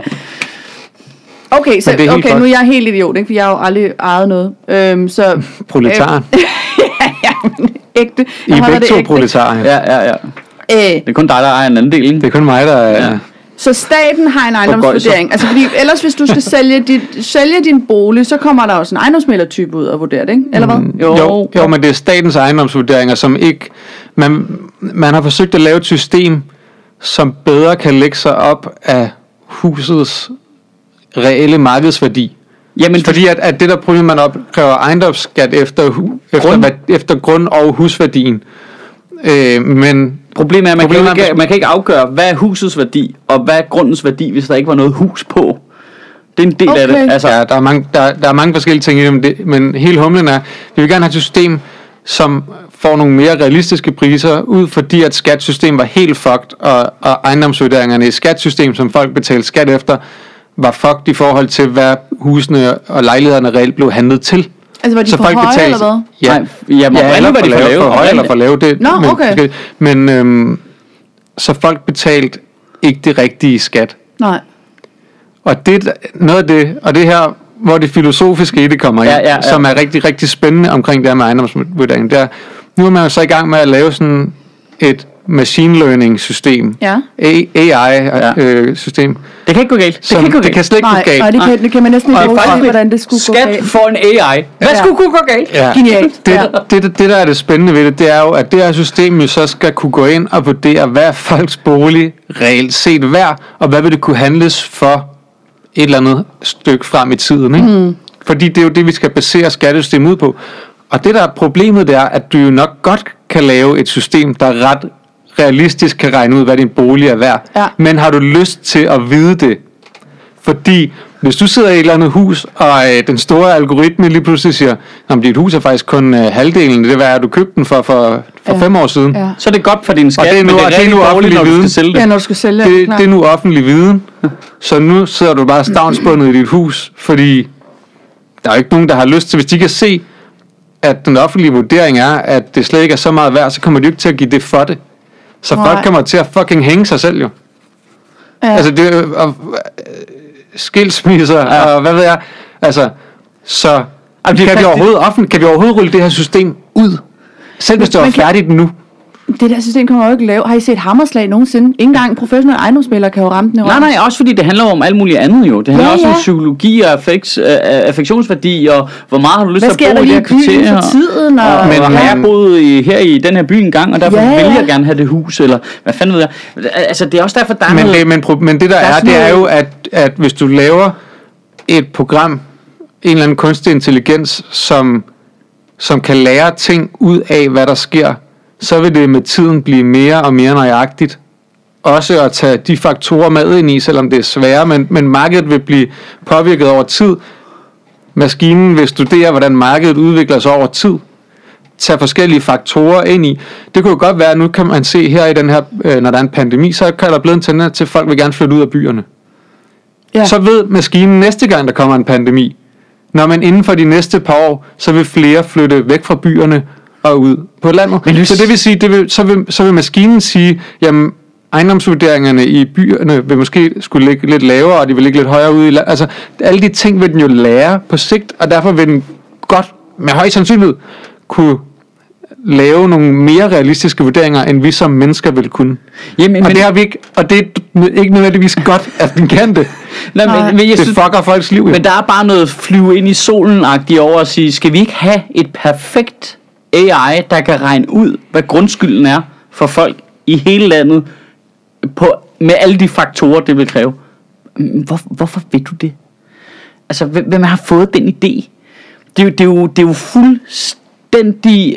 Okay, så Men det er helt okay, godt. nu er jeg helt idiot, ikke? For jeg har jo aldrig ejet noget. Så Proletaren. ægte. I er begge to proletarer. Ja. Ja. Det er kun dig, der ejer en anden del, ikke? Det er kun mig, der er... Ja. Så staten har en ejendomsvurdering. Altså fordi ellers hvis du skal sælge din bolig, så kommer der også en ejendomsmæglertype ud og vurdere det, ikke? Eller hvad? Jo, men det er statens ejendomsvurderinger, som ikke... Man har forsøgt at lave et system, som bedre kan lægge sig op af husets reelle markedsværdi. Jamen, Fordi at det der problem, man opkræver ejendomsskat efter grund- og husværdien. Men problemet er, at man kan ikke afgøre, hvad er husets værdi, og hvad er grundens værdi, hvis der ikke var noget hus på. Det er en del af det. Altså, ja, der er mange forskellige ting i det, men hele humlen er, vi vil gerne have et system, som får nogle mere realistiske priser ud, fordi at skattesystemet var helt fucked, og ejendomsvurderingerne i skattesystem, som folk betalte skat efter, var fucked i forhold til, hvad husene og lejlighederne reelt blev handlet til. Altså var de for høje, eller hvad? Ja, eller var de for høje, eller for lave. Det, Nå, okay. Men så folk betalte ikke det rigtige skat. Nej. Og det noget af det, og det her, hvor det filosofiske i det kommer ind, som er rigtig, rigtig spændende omkring det her med ejendomsvurdering, det er, nu er man jo så i gang med at lave sådan et machine learning system, AI system. Det kan ikke gå galt. Det kan slet ikke gå galt. Nej, det kan man næsten ikke forstå, hvordan det skulle gå galt. Skat for en AI. Hvad skulle kunne gå galt? Ja. Genialt. Det, der er det spændende ved det, det er jo, at det her system jo så skal kunne gå ind og vurdere, hvad folks bolig reelt set værd, og hvad vil det kunne handles for et eller andet stykke frem i tiden. Ikke? Fordi det er jo det, vi skal basere skattesystemet ud på. Og det, der er problemet, det er, at du jo nok godt kan lave et system, der ret realistisk kan regne ud, hvad din bolig er værd. Ja. Men har du lyst til at vide det? Fordi hvis du sidder i et eller andet hus, og den store algoritme lige pludselig siger, at dit hus er faktisk kun halvdelen, det er, du købte den for 5 år siden. Ja. Så er det godt for din skat, og det er nu, men det er nu offentlig viden. Når du skal sælge det. Ja, når du skal sælge det. Det er nu offentlig viden. Så nu sidder du bare stavnsbundet i dit hus, fordi der er jo ikke nogen, der har lyst til, hvis de kan se, at den offentlige vurdering er, at det slet ikke er så meget værd, så kommer de ikke til at give det for det. Så folk kommer til at fucking hænge sig selv jo. Ja. Altså det skilsmisser og hvad ved jeg. Altså så kan vi overhovedet rulle det her system ud, selv hvis det var færdigt nu. Det der system kan man jo ikke lave. Har I set hammerslag nogensinde? Ikke engang professionelle ejendomsspillere kan jo ramme den. Nej, også fordi det handler om alt muligt andet jo. Det handler også om psykologi og affektionsværdi, og hvor meget har du lyst til at bo i det her kvarter. For tiden, og har jeg boet her i den her by engang, og derfor vil jeg gerne have det hus, eller hvad fanden ved jeg. Altså, det er også derfor, der er men det der er, det er jo, at hvis du laver et program, en eller anden kunstig intelligens, som kan lære ting ud af, hvad der sker, så vil det med tiden blive mere og mere nøjagtigt. Også at tage de faktorer med ind i, selvom det er svære, men markedet vil blive påvirket over tid. Maskinen vil studere, hvordan markedet udvikler sig over tid. Tage forskellige faktorer ind i. Det kunne jo godt være, at nu kan man se her i den her, når der er en pandemi, så kan der blive en tendens til, at folk vil gerne flytte ud af byerne. Ja. Så ved maskinen næste gang, der kommer en pandemi, når man inden for de næste par år, så vil flere flytte væk fra byerne og ud på landet. Så det vil sige, så vil maskinen sige, jamen ejendomsvurderingerne i byerne vil måske skulle ligge lidt lavere, og de vil ligge lidt højere ude i landet. Altså alle de ting vil den jo lære på sigt, og derfor vil den godt med høj sandsynlighed kunne lave nogle mere realistiske vurderinger, end vi som mennesker vil kunne. Jamen, og det har vi ikke, og det er ikke nødvendigvis godt, at den kan det. Men det fucker folks liv. Men der er bare noget flyve ind i solen-agtigt over at sige, skal vi ikke have et perfekt AI, der kan regne ud, hvad grundskylden er for folk i hele landet, med alle de faktorer, det vil kræve. Hvorfor ved du det? Altså, hvem har fået den idé? Det er jo fuldstændig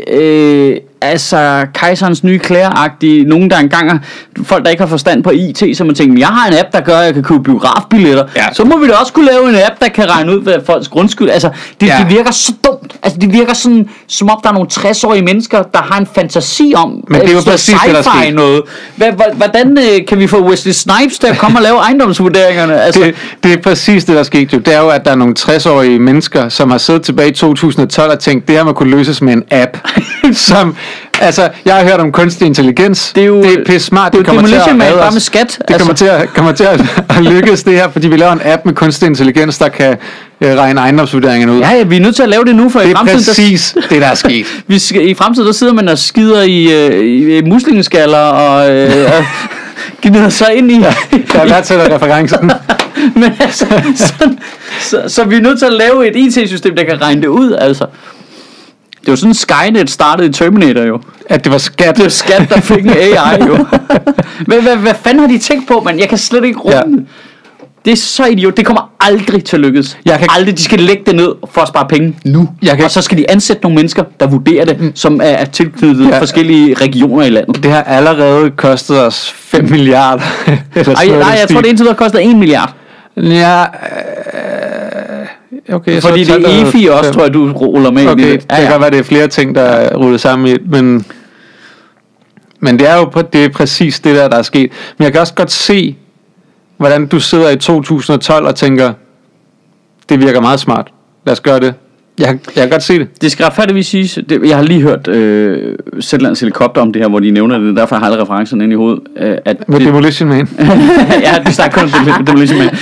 altså kejserens nye klæder-agtige. Nogen der engang folk der ikke har forstand på IT, som man tænker, jeg har en app der gør at jeg kan købe biografbilletter. Ja. Så må vi da også kunne lave en app der kan regne ud hvad folks grundskyld. Altså det virker så dumt. Altså det virker sådan som om der er nogle 60-årige mennesker der har en fantasi om. Men det er jo præcis det der sker. Noget. Hvordan kan vi få Wesley Snipes til at komme og lave ejendomsvurderingerne? Altså det er præcis det der sker. Det er jo at der er nogle 60-årige mennesker som har siddet tilbage i 2012 og tænkt det her må kunne løses med en app. Som altså, jeg har hørt om kunstig intelligens. Det er pisse smart. Det kommer til at bare med skat. Det kommer til at lykkes det her, fordi vi laver en app med kunstig intelligens, der kan regne ejendomsvurderingerne ud. Ja, vi er nødt til at lave det nu, for det i fremtiden... Det er præcis det, der er sket. I fremtiden, der sidder man og skider i muslingeskaller og gnider sig ind i... Der er værd til at referencen. Men altså, så vi er nødt til at lave et IT-system, der kan regne det ud, altså. Det var sådan Skynet startede i Terminator jo. At det var skat. Det var skat, der fik en AI jo. Hvad fanden har de tænkt på, man? Jeg kan slet ikke rumme det. Det er så idiot. Det kommer aldrig til at lykkes. Aldrig. De skal lægge det ned for at spare penge nu. Og så skal de ansætte nogle mennesker, der vurderer det, som er tilknyttet forskellige regioner i landet. Det har allerede kostet os 5 milliarder. Nej, jeg tror det indtil videre har kostet 1 milliard. Ja, Okay, fordi det er EFI også, tror jeg, du ruller med okay, i det. Det kan godt være, det er flere ting, der er rullet sammen i, men det er jo det er præcis det der er sket. Men jeg kan også godt se, hvordan du sidder i 2012 og tænker, det virker meget smart. Lad os gøre det. Jeg kan godt se det. Det skal retfærdigvis siges. Jeg har lige hørt Zetlands Helikopter om det her, hvor de nævner det. Derfor har jeg aldrig referencerne inde i hovedet. Med Demolition Man. Ja, de snakker kun om Demolition Man.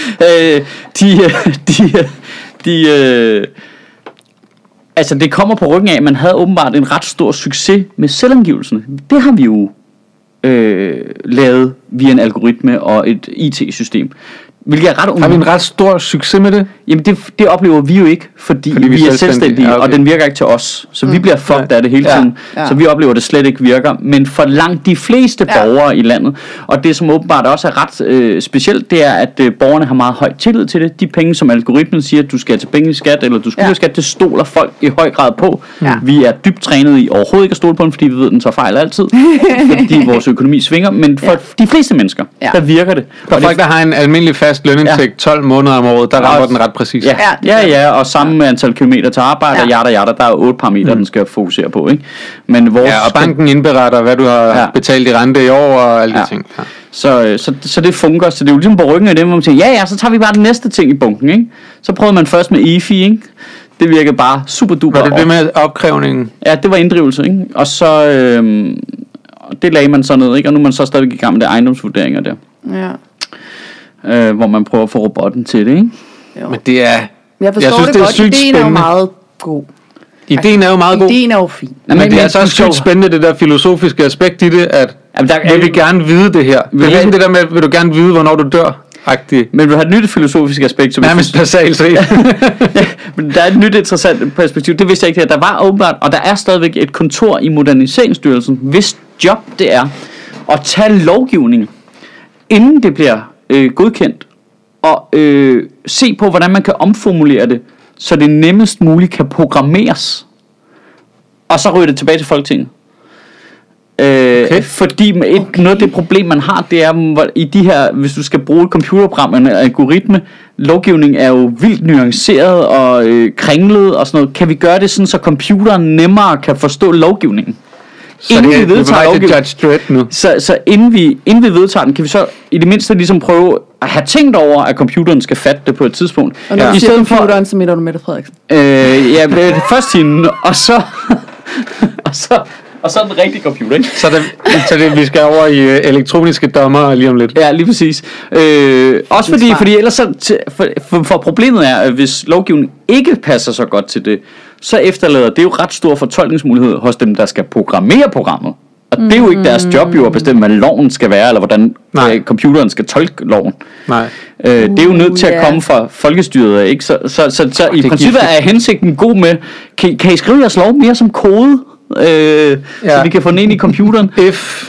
Altså, det kommer på ryggen af, at man havde åbenbart en ret stor succes med selvangivelsen. Det har vi jo lavet via en algoritme og et IT-system. Hvilket er ret har vi en ret stor succes med det? Jamen det oplever vi jo ikke, fordi vi er selvstændige, ja, okay. Og den virker ikke til os. Så vi bliver fucked af det hele tiden. Ja. Så vi oplever, at det slet ikke virker. Men for langt de fleste borgere i landet, og det som åbenbart også er ret specielt, det er, at borgerne har meget høj tillid til det. De penge, som algoritmen siger, at du skal til penge i skat, eller du skylder i skat, det stoler folk i høj grad på. Ja. Vi er dybt trænet i overhovedet ikke at stole på den, fordi vi ved, at den tager fejl altid. Fordi vores økonomi svinger. Men for de fleste mennesker, der virker det. For folk, der har en almindelig fast lønindtægt 12 måneder om året, der rammer den ret præcis. Ja, og samme antal kilometer til arbejde, og yada, der er 8 parametre, den skal fokusere på, ikke? Men vores og banken indberetter, hvad du har betalt i rente i år, og alle de ting. Ja. Så det fungerer, så det er jo ligesom på ryggen af dem, hvor man tænker, så tager vi bare den næste ting i bunken, ikke? Så prøvede man først med EFI, ikke? Det virkede bare super duper. Var det med opkrævningen? Ja, det var inddrivelse, ikke? Og så det lagde man så ned, ikke? Og nu er man så stadig i gang med det ejendomsvurderinger der. Ja. Hvor man prøver at få robotten til det, ikke? Jo. Men det er... Jeg forstår det godt. Ideen er jo meget god. Ideen er jo meget god. Ideen er jo fin. Men det er så sygt spændende, det der filosofiske aspekt i det, at vil vi gerne vide det her. Det er ligesom det der med, vil du gerne vide, hvornår du dør? Agtigt. Men du har et nyt filosofisk aspekt, som nærmest basalt set. Men der er et nyt interessant perspektiv. Det vidste jeg ikke, at der var åbenbart, og der er stadigvæk et kontor i Moderniseringsstyrelsen, hvis job det er at tage lovgivning, inden det bliver godkendt, og se på, hvordan man kan omformulere det, så det nemmest muligt kan programmeres, og så ryger det tilbage til Folketinget. Fordi noget af det problem man har, det er i de her, hvis du skal bruge et computerprogram, en algoritme, lovgivning er jo vildt nuanceret og kringlet og sådan noget. Kan vi gøre det sådan, så computeren nemmere kan forstå lovgivningen? Så inden vi vedtager lovgivningen, så inden vi vedtager den, kan vi så i det mindste ligesom prøve at have tænkt over, at computeren skal fatte det på et tidspunkt. Og når du siger computeren, så mener du Mette Frederiksen? Først hende, og så den rigtige computer, ikke? Så vi skal over i elektroniske dommer lige om lidt. Ja, lige præcis. Også fordi ellers for problemet er, at hvis lovgivningen ikke passer så godt til det, så efterlader det jo ret stor fortolkningsmulighed hos dem, der skal programmere programmet. Og det er jo ikke deres job jo at bestemme, hvad loven skal være, eller hvordan computeren skal tolke loven. Nej. Det er jo nødt til at komme fra folkestyret, ikke? Så i princippet er hensigten god med, kan I skrive jeres lov mere som kode? Så vi kan få den ind i computeren. If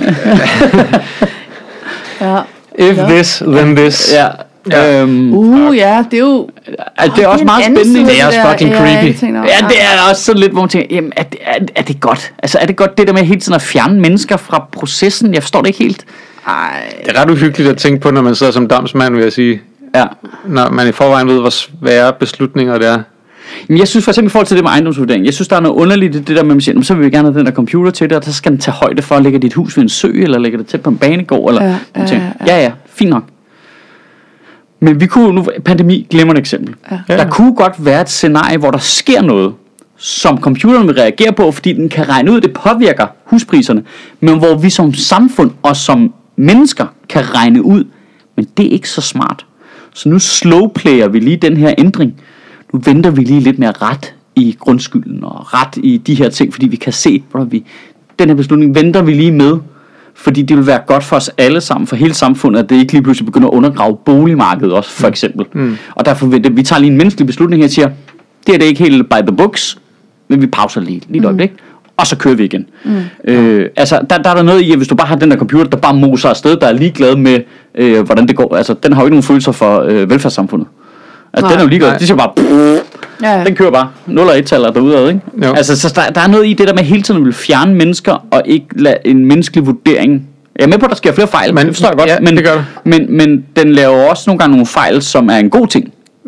this, then this. Ja. Det er jo... det er også meget spændende. Det er også fucking creepy. Ja, det er også sådan lidt, hvor man tænker, jamen, er det godt? Altså, er det godt det der med hele tiden at fjerne mennesker fra processen? Jeg forstår det ikke helt. Det er ret uhyggeligt at tænke på, når man sidder som damsmand, vil jeg sige. Ja. Når man i forvejen ved, hvor svære beslutninger det er. Men jeg synes for eksempel i forhold til det med ejendomsvurdering, jeg synes der er noget underligt i det der med, at man siger, så vil vi gerne have den der computer til det, og så skal den tage højde for at lægge dit hus ved en sø, eller lægge det tæt på en banegård, eller ja, fint nok. Men vi kunne nu, pandemi, glemmer et eksempel. Ja. Der kunne godt være et scenarie, hvor der sker noget, som computeren vil reagere på, fordi den kan regne ud, at det påvirker huspriserne, men hvor vi som samfund og som mennesker kan regne ud, men det er ikke så smart. Så nu slowplayer vi lige den her ændring. Nu venter vi lige lidt mere ret i grundskylden og ret i de her ting, fordi vi kan se, den her beslutning venter vi lige med, fordi det vil være godt for os alle sammen, for hele samfundet, at det ikke lige pludselig begynder at undergrave boligmarkedet også, for eksempel. Og derfor vi tager lige en menneskelig beslutning her og siger, det er det ikke helt by the books, men vi pauser lige et øjeblik, og så kører vi igen. Altså, der er der noget i, at hvis du bare har den der computer, der bare moser afsted, der er ligeglad med, hvordan det går, altså, den har jo ikke nogen følelser for velfærdssamfundet. Altså, den er jo ligeglad. De siger bare, den kører bare 0 og 1-taller derude, ikke? Jo. Altså, så der er noget i det der med hele tiden at vil fjerne mennesker, og ikke lade en menneskelig vurdering. Jeg er med på, at der sker flere fejl, det forstår jeg godt, men den laver også nogle gange nogle fejl, som er en god ting.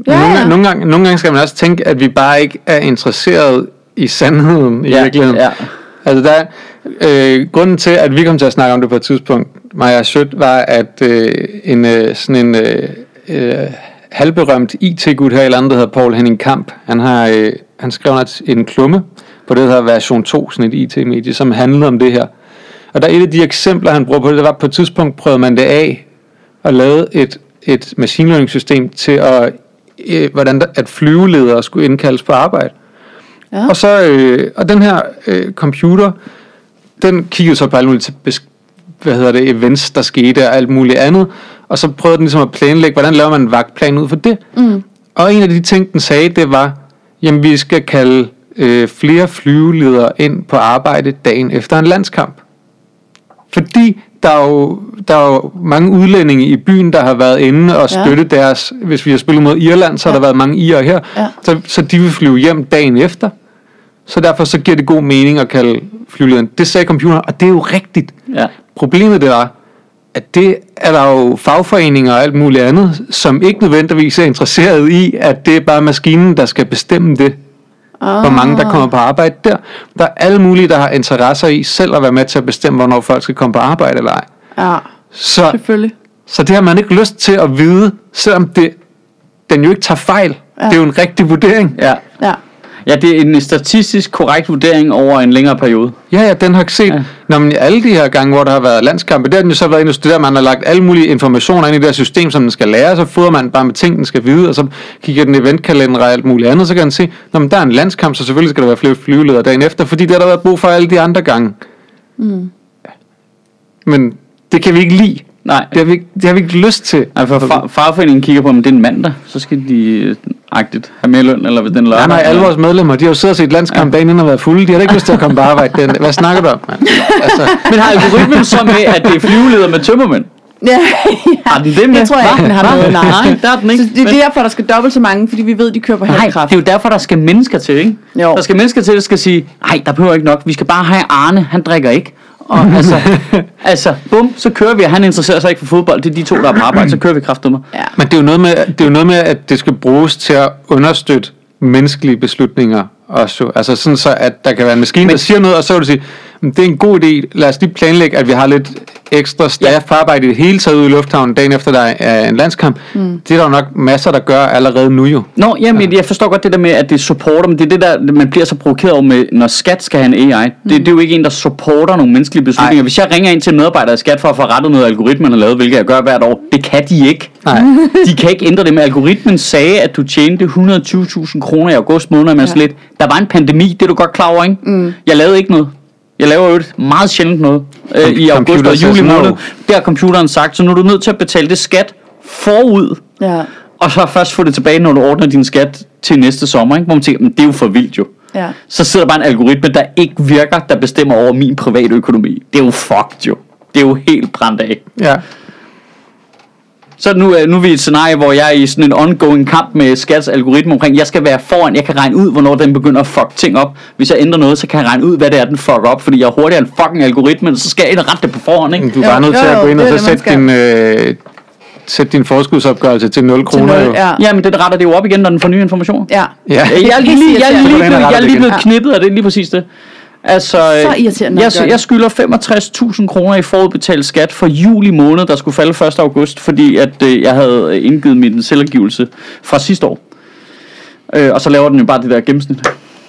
Ja. Nogle gange skal man også tænke, at vi bare ikke er interesseret i sandheden i virkeligheden. Ja. Altså der grunden til, at vi kom til at snakke om det på et tidspunkt, mig og Sødt, var, at sådan en halvberømt IT-gut her i landet, der hedder Paul Henning Kamp, han skrev en klumme på det, der hedder version 2, sådan et IT-medie, som handlede om det her. Og der er et af de eksempler, han bruger på det, der var på et tidspunkt, prøvede man det af, og lavede et machine learning system til at flyveledere skulle indkaldes på arbejde. Ja. Og så og den her computer, den kiggede så på alle mulige events, der skete og alt muligt andet, og så prøvede den ligesom at planlægge, hvordan laver man en vagtplan ud for det. Og en af de ting, den sagde, det var, jamen vi skal kalde flere flyveledere ind på arbejde dagen efter en landskamp. Fordi der er jo mange udlændinge i byen, der har været inde og støtte deres, hvis vi har spillet mod Irland, så har der været mange irer her, så de vil flyve hjem dagen efter. Så derfor så giver det god mening at kalde flyvelederen. Det sagde computeren, og det er jo rigtigt. Ja. Problemet det var, at det er der jo fagforeninger og alt muligt andet, som ikke nødvendigvis er interesseret i, at det er bare maskinen, der skal bestemme det. Hvor mange der kommer på arbejde der. Der er alle mulige, der har interesser i selv at være med til at bestemme, hvornår folk skal komme på arbejde eller ej. Ja, selvfølgelig. Så det har man ikke lyst til at vide, selvom den jo ikke tager fejl. Det er jo en rigtig vurdering. Ja, det er en statistisk korrekt vurdering over en længere periode. Ja, den har ikke set. Ja. Når man alle de her gange, hvor der har været landskampe, der har den jo så været inde og studere, man har lagt alle mulige informationer ind i det her system, som den skal lære, så fodrer man bare med ting, den skal vide, og så kigger den eventkalender og alt muligt andet, så kan den se, når der er en landskamp, så selvfølgelig skal der være flere flyveledere dagen efter, fordi det har der været brug for alle de andre gange. Men det kan vi ikke lide. Nej. Det har vi ikke lyst til. Nej, for fagforeningen kigger på, om det er en mandag, så skal de agtigt have mere løn, eller den lørdag. Nej, alle vores medlemmer, de har jo siddet og set landskamp dagen inden og været fulde. De har ikke lyst til at komme på arbejde. Hvad snakker du om, man? Altså. Men har algoritmen så med, at det er flyveleder med tømmermænd? Ja. Har den det med? Det tror jeg ikke, den har med. Nej, der er den ikke. Så det er derfor, der skal dobbelt så mange, fordi vi ved, de kører på halvkraft. Det er jo derfor, der skal mennesker til, ikke? Jo. Der skal mennesker til, der skal sige, nej, der behøver ikke nok. Vi skal bare have Arne, han drikker ikke. Og altså, bum, så kører vi, og han interesserer sig ikke for fodbold. Det er de to, der er på arbejde, så kører vi kraftedeme. Ja. Men det er jo noget med, at det skal bruges til at understøtte menneskelige beslutninger også. Altså sådan så, at der kan være en maskine, der siger noget, og så vil du sige, det er en god idé, lad os lige planlægge, at vi har lidt ekstra staff på arbejde i det hele taget ude i lufthavnen dagen efter der er en landskamp. Det er der jo nok masser, der gør allerede nu jo. Nå, jamen, jeg forstår godt det der med, at det supporter, men det er det der, man bliver så provokeret over med, når skat skal have en AI. Det er jo ikke en, der supporter nogle menneskelige beslutninger. Hvis jeg ringer ind til en medarbejder af skat for at få rettet noget algoritmen og lavet, hvilket jeg gør hvert år, det kan de ikke. Nej. De kan ikke ændre det med. Algoritmen sagde, at du tjente 120.000 kroner i august måned, men lidt. Der var en pandemi, det er du godt klar over, ikke? Jeg lavede ikke noget. Jeg laver jo meget sjældent noget i august og juli måned. Der har computeren sagt, så nu er du nødt til at betale det skat forud, og så først få det tilbage, når du ordner din skat til næste sommer, ikke? Hvor man tænker, men det er jo for vildt jo. Ja. Så sidder der bare en algoritme, der ikke virker, der bestemmer over min private økonomi. Det er jo fucked jo. Det er jo helt brændt af. Ja. Så nu er vi i et scenarie, hvor jeg er i sådan en ongoing kamp med skats algoritme omkring, jeg skal være foran, jeg kan regne ud, hvornår den begynder at fuck ting op. Hvis jeg ændrer noget, så kan jeg regne ud, hvad det er, den fucker op, fordi jeg er hurtigere end fucking algoritmen, så skal jeg ind og rette det på forhånd, ikke? Du er bare nødt til at gå ind og så sætte din forskudsopgørelse til 0 kroner. Ja, men det retter det jo op igen, når den får nye information. Ja. Jeg er lige blevet knippet af det, lige præcis det. Altså, jeg skylder 65.000 kroner i forudbetalt skat for juli måned, der skulle falde 1. august, fordi at jeg havde indgivet min selvangivelse fra sidste år. Og så laver den jo bare det der gennemsnit.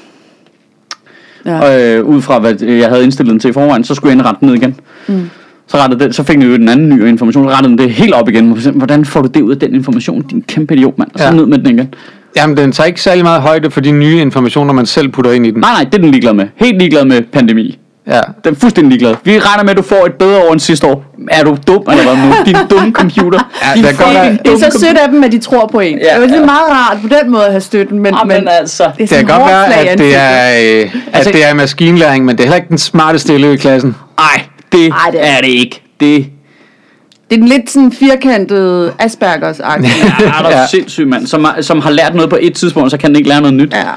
Ja. Ud fra hvad jeg havde indstillet den til i forvejen, så skulle jeg indrette den ned igen. Så fik jeg jo den anden ny information, så rettede den det helt op igen. Hvordan får du det ud af den information, din kæmpe idiot, mand? Og så ned med den igen. Jamen, den tager ikke særlig meget højde for de nye informationer, man selv putter ind i den. Nej, det er den ligeglad med. Helt ligeglad med pandemi. Ja. Den er fuldstændig ligeglad. Vi regner med, at du får et bedre år end sidste år. Er du dum, eller hvad nu? Din dumme computer. Ja, det er så sødt af dem, at de tror på en. Ja, det er meget rart på den måde at have støtten, men altså, det kan godt være, at det er maskinlæring, men det er heller ikke den smarteste elev i klassen. Nej, det er det ikke. Det er lidt sådan firkantet Aspergers-agtigt. Ja, der er sindssygt, mand. Som har lært noget på et tidspunkt, så kan den ikke lære noget nyt. Ja.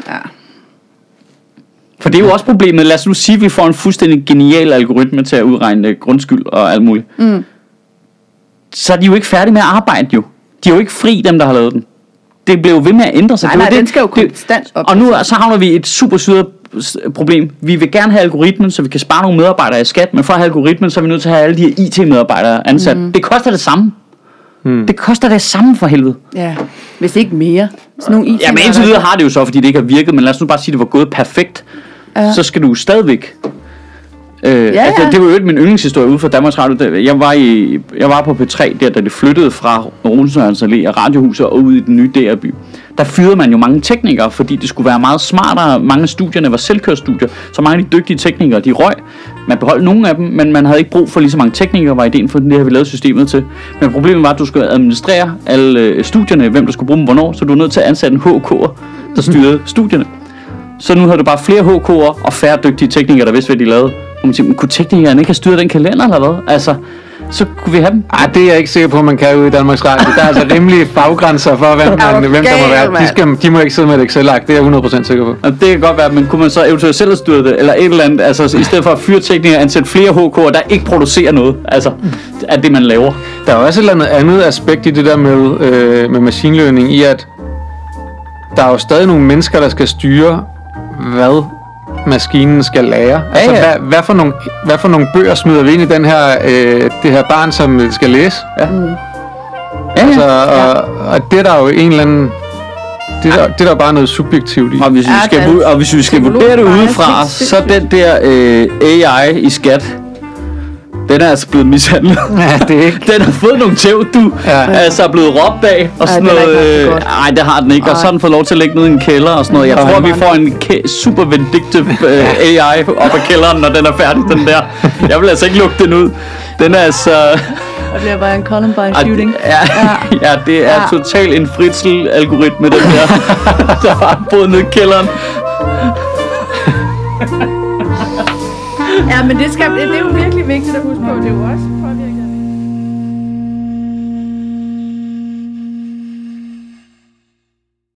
For det er jo også problemet. Lad os nu sige, at vi får en fuldstændig genial algoritme til at udregne grundskyld og alt muligt. Så er de jo ikke færdige med at arbejde jo. De er jo ikke fri, dem der har lavet den. det blev ved med at ændre sig. Nej, den skal jo konstant op. Og nu så havner vi i et super syret problem. Vi vil gerne have algoritmen, så vi kan spare nogle medarbejdere i skat, men for at have algoritmen, så er vi nødt til at have alle de her IT-medarbejdere ansat. Det koster det samme. Det koster det samme for helvede. Ja, hvis ikke mere. Sådan nogle IT-medarbejdere. Ja, men indtil videre har det jo så, fordi det ikke har virket, men lad os nu bare sige, at det var gået perfekt. Så skal du stadigvæk... Altså, det var jo min yndlingshistorie ude fra Danmarks Radio. Jeg var på P3 der, da det flyttede fra Rosenørns Allé og Radiohuset og ud i den nye DR-by. Der fyrede man jo mange teknikere, fordi det skulle være meget smartere. Mange af studierne var selvkørsstudier, så mange af de dygtige teknikere, de røg. Man beholdt nogle af dem, men man havde ikke brug for lige så mange teknikere, var ideen for det her, vi lavede systemet til. Men problemet var, at du skulle administrere alle studierne, hvem der skulle bruge dem hvornår, så du var nødt til at ansætte en HK'er, der styrede studierne. Så nu havde du bare flere HK'er og færre dygtige teknikere, der vidste, hvad de lavede. Og man tænkte, kunne teknikerne ikke have styret den kalender eller hvad? Altså, så kunne vi have dem. Ej, det er jeg ikke sikker på, man kan ude i Danmarks Radio. Der er altså rimelige faggrænser for, hvem der må være. De må ikke sidde med et Excel-ark, det er jeg 100% sikker på. Og det kan godt være, men kunne man så eventuelt selv have styret det, eller et eller andet, altså i stedet for at fyre teknikere, ansætte flere HK'er, der ikke producerer noget, altså af det, man laver. Der er også et eller andet aspekt i det der med machine learning, i at der er jo stadig nogle mennesker, der skal styre, hvad maskinen skal lære. Altså, hvad for nogle bøger smider vi ind i den her, det her barn, som skal læse? Altså, og det er der jo en eller anden... Det er der bare noget subjektivt i. Og hvis vi skal vurdere det udefra, så den der AI i skat, den er altså blevet mishandlet. Ja, det er ikke. Den har fået nogle tæv, altså er blevet råbt af og sådan noget. Nej, det har den ikke. Og så har den fået lov til at lægge ned i en kælder og sådan noget. Jeg tror, vi får en super vindictive AI op af kælderen, når den er færdig, den der. Jeg vil altså ikke lukke den ud. Den er altså... Og det er bare en Columbine shooting. Ja, det er totalt en Fritzl-algoritme, den der. Der har boet ned i kælderen. Ja, men det er jo virkelig vigtigt at huske på. Det er jo også